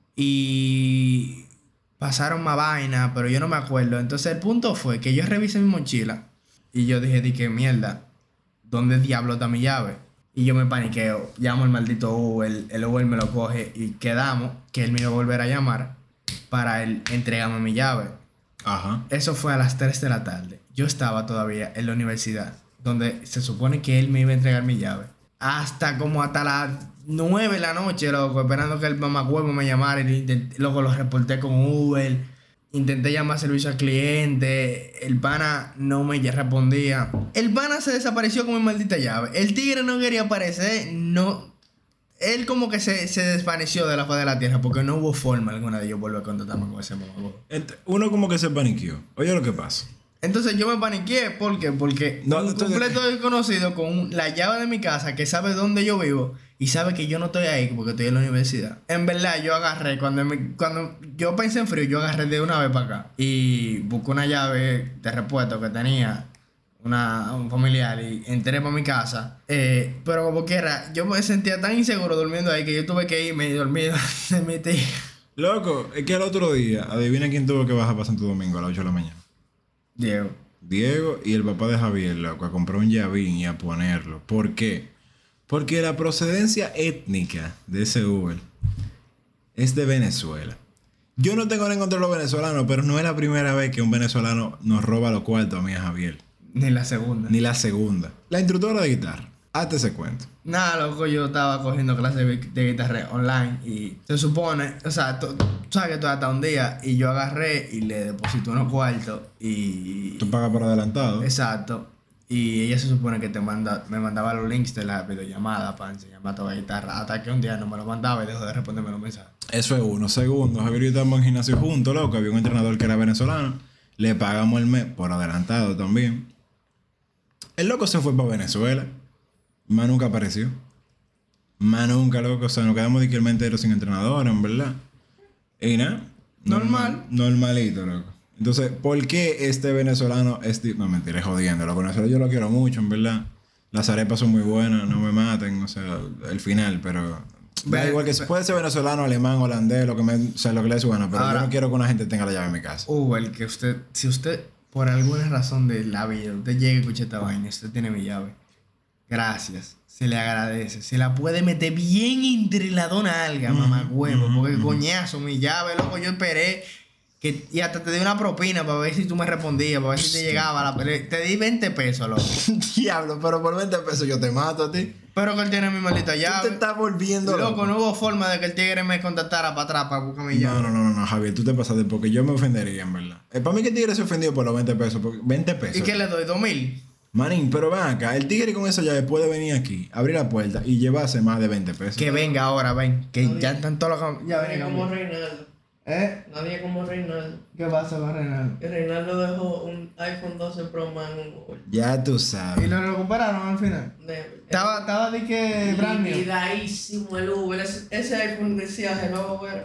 y pasaron más vainas, pero yo no me acuerdo. Entonces el punto fue que yo revisé mi mochila y yo dije que mierda, ¿dónde diablo está mi llave? Y yo me paniqueo, llamo al maldito Uber, el Uber me lo coge y quedamos que él me iba a volver a llamar para él entregarme mi llave. Ajá. Eso fue a las 3 de la tarde. Yo estaba todavía en la universidad, donde se supone que él me iba a entregar mi llave. Hasta las 9 de la noche, loco, esperando que el mamacuevo me llamara. Y luego lo reporté con Uber. Intenté llamar servicio al cliente. El pana no me respondía. El pana se desapareció con mi maldita llave. El tigre no quería aparecer. No. Él como que se desvaneció de la faz de la tierra porque no hubo forma alguna de yo volver a contactarme con ese mamacuevo. Uno como que se paniqueó. Oye lo que pasa. Entonces yo me paniqué. ¿Por qué? Porque un completo desconocido con la llave de mi casa que sabe dónde yo vivo y sabe que yo no estoy ahí porque estoy en la universidad. En verdad, yo agarré, cuando yo pensé en frío, yo agarré de una vez para acá y busqué una llave de repuesto que tenía un familiar y entré para mi casa. Pero como quiera, yo me sentía tan inseguro durmiendo ahí que yo tuve que irme y dormir de mi tía. Loco, es que el otro día, adivina quién tuvo que bajar para Santo Domingo a las 8 de la mañana. Diego y el papá de Javier, loco, a comprar un llavín y a ponerlo. ¿Por qué? Porque la procedencia étnica de ese Uber es de Venezuela. Yo no tengo nada en contra de los venezolanos, pero no es la primera vez que un venezolano nos roba los cuartos a mí y a Javier. Ni la segunda. La instructora de guitarra. Hazte ese cuento. Nada, loco, yo estaba cogiendo clases de guitarra online y se supone, o sea, tú sabes que tú hasta un día y yo agarré y le deposité unos cuartos y... Tú pagas por adelantado. Exacto. Y ella se supone que me mandaba los links de la videollamada para enseñarme a tocar guitarra. Hasta que un día no me lo mandaba y dejó de responderme los mensajes. Eso es uno. Segundo, Javier y yo estábamos en gimnasio juntos, loco. Había un entrenador que era venezolano. Le pagamos el mes por adelantado también. El loco se fue para Venezuela. Más nunca apareció. Más nunca, loco. O sea, nos quedamos de que el mes entero sin entrenador, en verdad. Y nada. Normalito, loco. Entonces, ¿por qué este venezolano es... No, mentira, es jodiendo. Los venezolanos yo lo quiero mucho, en verdad. Las arepas son muy buenas, no me maten. O sea, el final, pero... Da igual que puede ser venezolano, alemán, holandés, lo que le dé su gana. Pero ahora, yo no quiero que una gente tenga la llave en mi casa. El que si usted, por alguna razón de la vida, usted llega y escucha esta vaina, usted tiene mi llave. Gracias. Se le agradece. Se la puede meter bien entre la dona alga, mamá huevo. Porque coñazo, mi llave, loco, yo esperé... y hasta te di una propina para ver si tú me respondías, para ver si te llegaba la pelea. Te di 20 pesos, loco. Diablo, pero por 20 pesos yo te mato a ti. Pero que él tiene mi maldita llave. Tú te estás volviendo loco. No hubo forma de que el tigre me contactara para atrás para buscar mi llave. No, Javier, tú te pasaste porque yo me ofendería, en verdad. Para mí que el tigre se ofendió por los 20 pesos. 20 pesos. ¿Y qué le doy? ¿2,000? Manín, pero ven acá, el tigre con esa llave puede venir aquí, abrir la puerta y llevarse más de 20 pesos. Que venga ahora, ven. Que ya están todos los... Ya Nadie ven. como Reinaldo. Nadie como Reinaldo. ¿Qué pasa con Reinaldo? Que Reinaldo dejó un iPhone 12 Pro Max en un Google. Ya tú ¿Y sabes. lo recuperaron al final? Estaba de que brand new. Liquidadísimo el Uber. Ese iPhone decía hello, güey.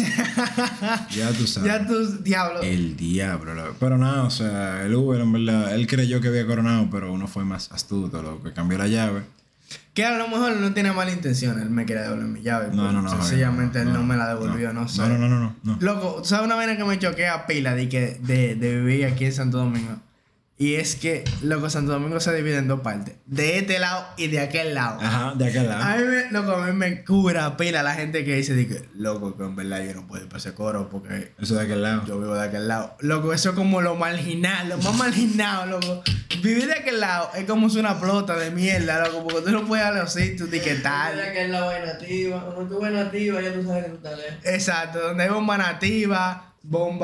Ya tú sabes. Ya tú, diablo. El diablo, loco. Pero nada, o sea, el Uber, en verdad, él creyó que había coronado, pero uno fue más astuto, loco, que cambió la llave. Que a lo mejor no tiene mala intención, él me quería devolver mi llave. No. Sencillamente él no me la devolvió, no sé. No. Loco, ¿sabes una vaina que me choquea pila de vivir aquí en Santo Domingo? Y es que, loco, Santo Domingo se divide en dos partes. De este lado y de aquel lado. Ajá, de aquel lado. A mí me cura pila la gente que dice, loco, que en verdad yo no puedo ir para ese coro porque Eso de aquel lado. yo vivo de aquel lado. Loco, eso es como lo marginal, lo más marginado, loco. Vivir de aquel lado es como si una plota de mierda, loco, porque tú no puedes dar los sitios de qué tal. Que es la vaina nativa. Cuando tú ves nativa, ya tú sabes que tú estás lejos. Exacto, donde hay bomba nativa,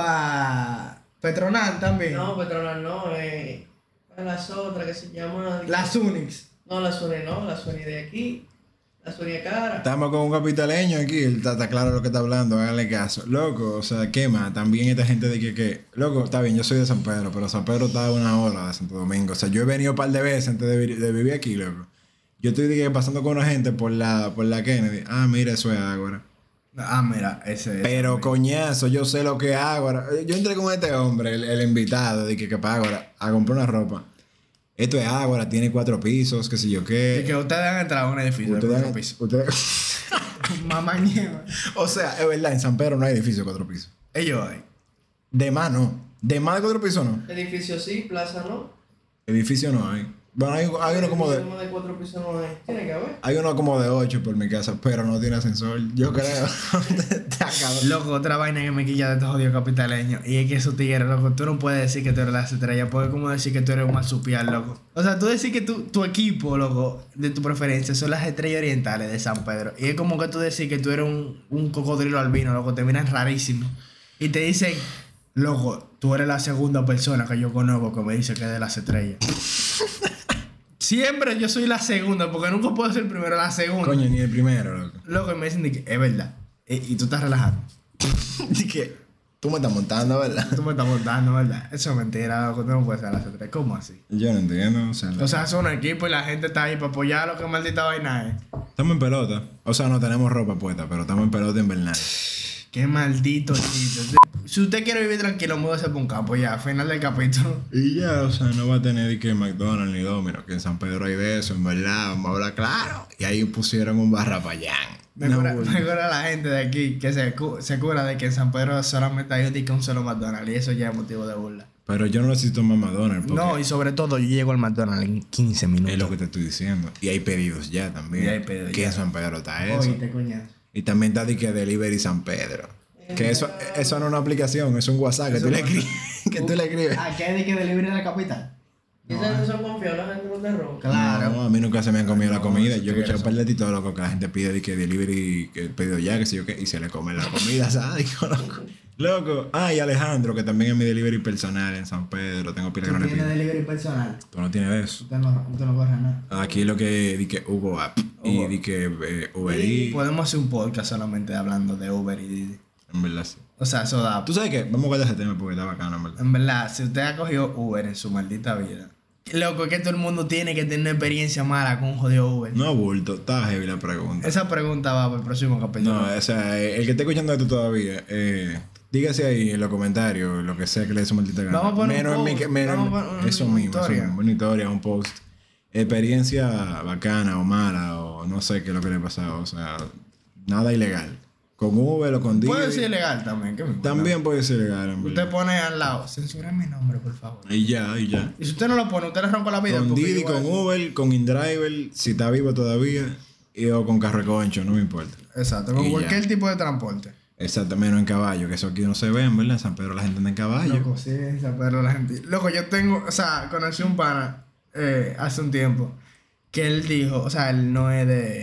bomba Petronal también. No, Petronal no. Las otras que se llaman. Las Unix. No, la Sony no. La Sony de aquí. La Sony de cara. Estamos con un capitaleño aquí, él está claro lo que está hablando, háganle caso. Loco, o sea, ¿qué más? También esta gente de que... Loco, está bien, yo soy de San Pedro, pero San Pedro está a 1 hora de Santo Domingo. O sea, yo he venido un par de veces antes de vivir aquí, loco. Yo estoy pasando con una gente por la Kennedy. Ah, mira, eso es Ágora. Ah, mira, ese es. Pero coñazo, yo sé lo que es Ágora. Yo entré con este hombre, el invitado, de que para Ágora, a comprar una ropa. Esto es Ágora, tiene 4 pisos, qué sé yo qué. Y que ustedes han entrado a un edificio de 4 pisos. Mamá ñema. O sea, es verdad, en San Pedro no hay edificio de 4 pisos. Ellos hay. De más no. De más de 4 pisos no. Edificio sí, plaza no. Edificio no hay. Bueno, hay uno como de... Más de 4 pisos no hay. Tiene que haber. Hay uno como de 8 por mi casa, pero no tiene ascensor. Yo creo. Te acabo. Loco, otra vaina que me quilla de estos jodidos capitaleños. Y es que esos tigres, loco, tú no puedes decir que tú eres las estrellas. Porque es como decir que tú eres un marsupial, loco. O sea, tú decir que tu equipo, loco, de tu preferencia, son las estrellas orientales de San Pedro. Y es como que tú decir que tú eres un cocodrilo albino, loco. Te miran rarísimo. Y te dicen, loco, tú eres la segunda persona que yo conozco que me dice que es de las estrellas. Siempre yo soy la segunda, porque nunca puedo ser el primero, la segunda. Coño, ni el primero, loco. Loco, y me dicen de que es verdad. Y tú estás relajando. Di que tú me estás montando, ¿verdad? Tú me estás montando, ¿verdad? Eso es mentira, loco. Tú no puedes ser las estrellas. ¿Cómo así? Yo no entiendo, O sea, es un equipo y la gente está ahí para apoyar lo que maldita vaina es. Estamos en pelota. O sea, no tenemos ropa puesta, pero estamos en pelota invernal. Qué maldito chiste. Si usted quiere vivir tranquilo, múdese por un campo ya, final del capítulo. Y ya, o sea, no va a tener ni que McDonald's ni Domino's, que en San Pedro hay de eso, en verdad, vamos a hablar claro. Y ahí pusieron un barrapayán. Me cura la gente de aquí que se cura de que en San Pedro solamente hay un solo McDonald's y eso ya es motivo de burla. Pero yo no necesito más McDonald's. Porque No, y sobre todo yo llego al McDonald's en 15 minutos. es lo que te estoy diciendo. Y hay pedidos ya también. Y hay pedidos que ya. en San Pedro está eso. Oíste, coñazo. Y también está de que Delivery San Pedro. Que eso no es una aplicación, es un WhatsApp que tú le escribes. Que tú le escribes. ¿A qué de que delivery en la capital? Y esas no son confiables, la gente no te roba. Claro. No, a mí nunca se me han comido la comida. eso Yo tiene escuché un razón. par de TikTok, loco, que la gente pide de que delivery, que el pedido ya, que sé yo qué, y se le come la comida, ¿sabes? Loco. Loco. Ah, y Alejandro, que también es mi delivery personal en San Pedro. Tengo pila que no le pido. delivery personal? Tú no tienes eso. Usted no corre nada. Aquí lo que di que Hugo App y di que Uber Eats. Podemos hacer un podcast solamente hablando de Uber y Didi. En verdad sí. O sea, eso da... ¿Tú sabes qué? Vamos a guardar ese tema porque está bacano, en verdad. En verdad, si usted ha cogido Uber en su maldita vida, loco, es que todo el mundo tiene que tener una experiencia mala con un jodido Uber. No, bulto. Está heavy la pregunta. Esa pregunta va para el próximo capítulo. No, o sea, el que esté escuchando esto todavía, dígase ahí en los comentarios lo que sea que le dé su maldita gana. Vamos a poner un Menos en mi post. que- menos- Vamos a poner eso una mismo, historia. eso mismo, una historia, un post. Experiencia bacana o mala o no sé qué es lo que le ha pasado. O sea, nada ilegal. Con Uber o con Didi. Puede ser ilegal también, ¿qué me importa? También puede ser ilegal, en Usted verdad. pone al lado, censura mi nombre, por favor. Y ya, y ya. Y si usted no lo pone, usted le rompe la vida. Con porque Didi, igual- con Uber, con InDriver, si está vivo todavía, o con carro de concho, no me importa. Exacto, con Y cualquier ya. tipo de transporte. Exacto, menos en caballo, que eso aquí no se ve, en verdad. En San Pedro la gente anda en caballo. Loco, sí, pero la gente... Loco, yo tengo... O sea, conocí un pana hace un tiempo que él dijo... O sea, él no es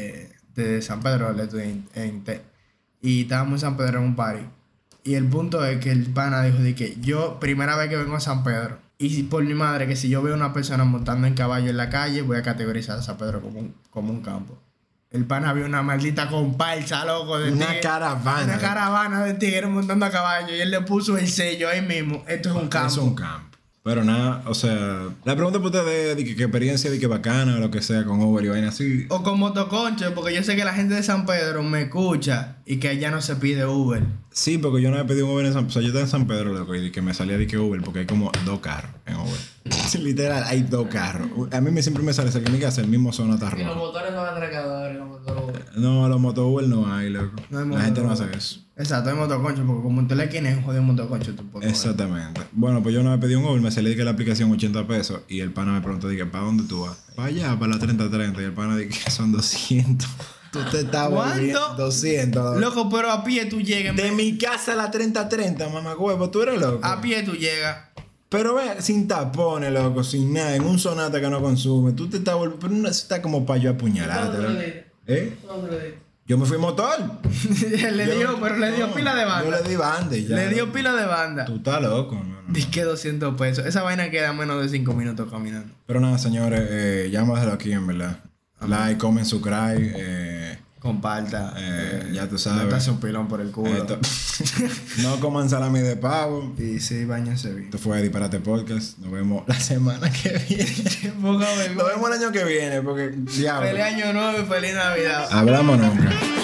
de San Pedro, él estudia en T. Y estábamos en San Pedro en un party. Y el punto es que el pana dijo de que yo, primera vez que vengo a San Pedro, Y por mi madre, que si yo veo una persona montando en caballo en la calle, voy a categorizar a San Pedro como un campo. El pana vio una maldita comparsa, loco, de Una tigres. caravana. Una caravana de tigres montando a caballo. Y él le puso el sello ahí mismo. Esto es un campo. Es un campo. Pero nada, o sea, la pregunta para ustedes es de que qué experiencia, de que bacana o lo que sea con Uber y vaina así. O con motoconcho, porque yo sé que la gente de San Pedro me escucha y que allá no se pide Uber. Sí, porque yo no he pedido un Uber en San Pedro. O sea, yo estaba en San Pedro, loco, y que me salía de que Uber, porque hay como 2 carros en Uber. Literal, hay 2 carros. A mí siempre me sale cerca de mi casa el mismo Sonata Y los rojo. motores son atracadores, los motores. No, los moto Uber no hay, loco. No hay La moto gente no Uber. hace eso. Exacto, hay motoconcho, porque como tú le quieres un jodido motoconcho, tú puedes. Exactamente. Bueno, pues yo no me pedí un Uber, me salí de que la aplicación 80 pesos y el pana me preguntó, dije, ¿para dónde tú vas? Para allá, para la 3030. Y el pana dije que son 200. Tú te estás volviendo ¿Cuánto? 200. Loco, pero a pie tú llegas. De mi casa a la 3030, mamá huevo, tú eres loco. A pie tú llegas. Pero ve, sin tapones, loco, sin nada, en un Sonata que no consume. Tú te estás volviendo. Pero no está como para yo apuñalarte. ¿Dónde ¿no? lo diste? ¿Eh? ¿Dónde lo diste? Yo me fui motor. le dio No, pila de banda. Yo le di banda y ya. Le dio pila de banda. Tú estás loco, no. Disque 200 pesos. Esa vaina queda menos de 5 minutos caminando. Pero nada, señores, ya vamos a dejarlo aquí, en verdad. Like, comment, subscribe. Comparta. Ya tú sabes. Métase un pilón por el culo. Esto- no coman salami de pavo. Y sí, bañense bien. Esto fue Disparate Podcast. Nos vemos la semana que viene. Poca Nos vergüenza. vemos el año que viene, porque diablo. Feliz año nuevo y feliz Navidad. Hablamos nunca.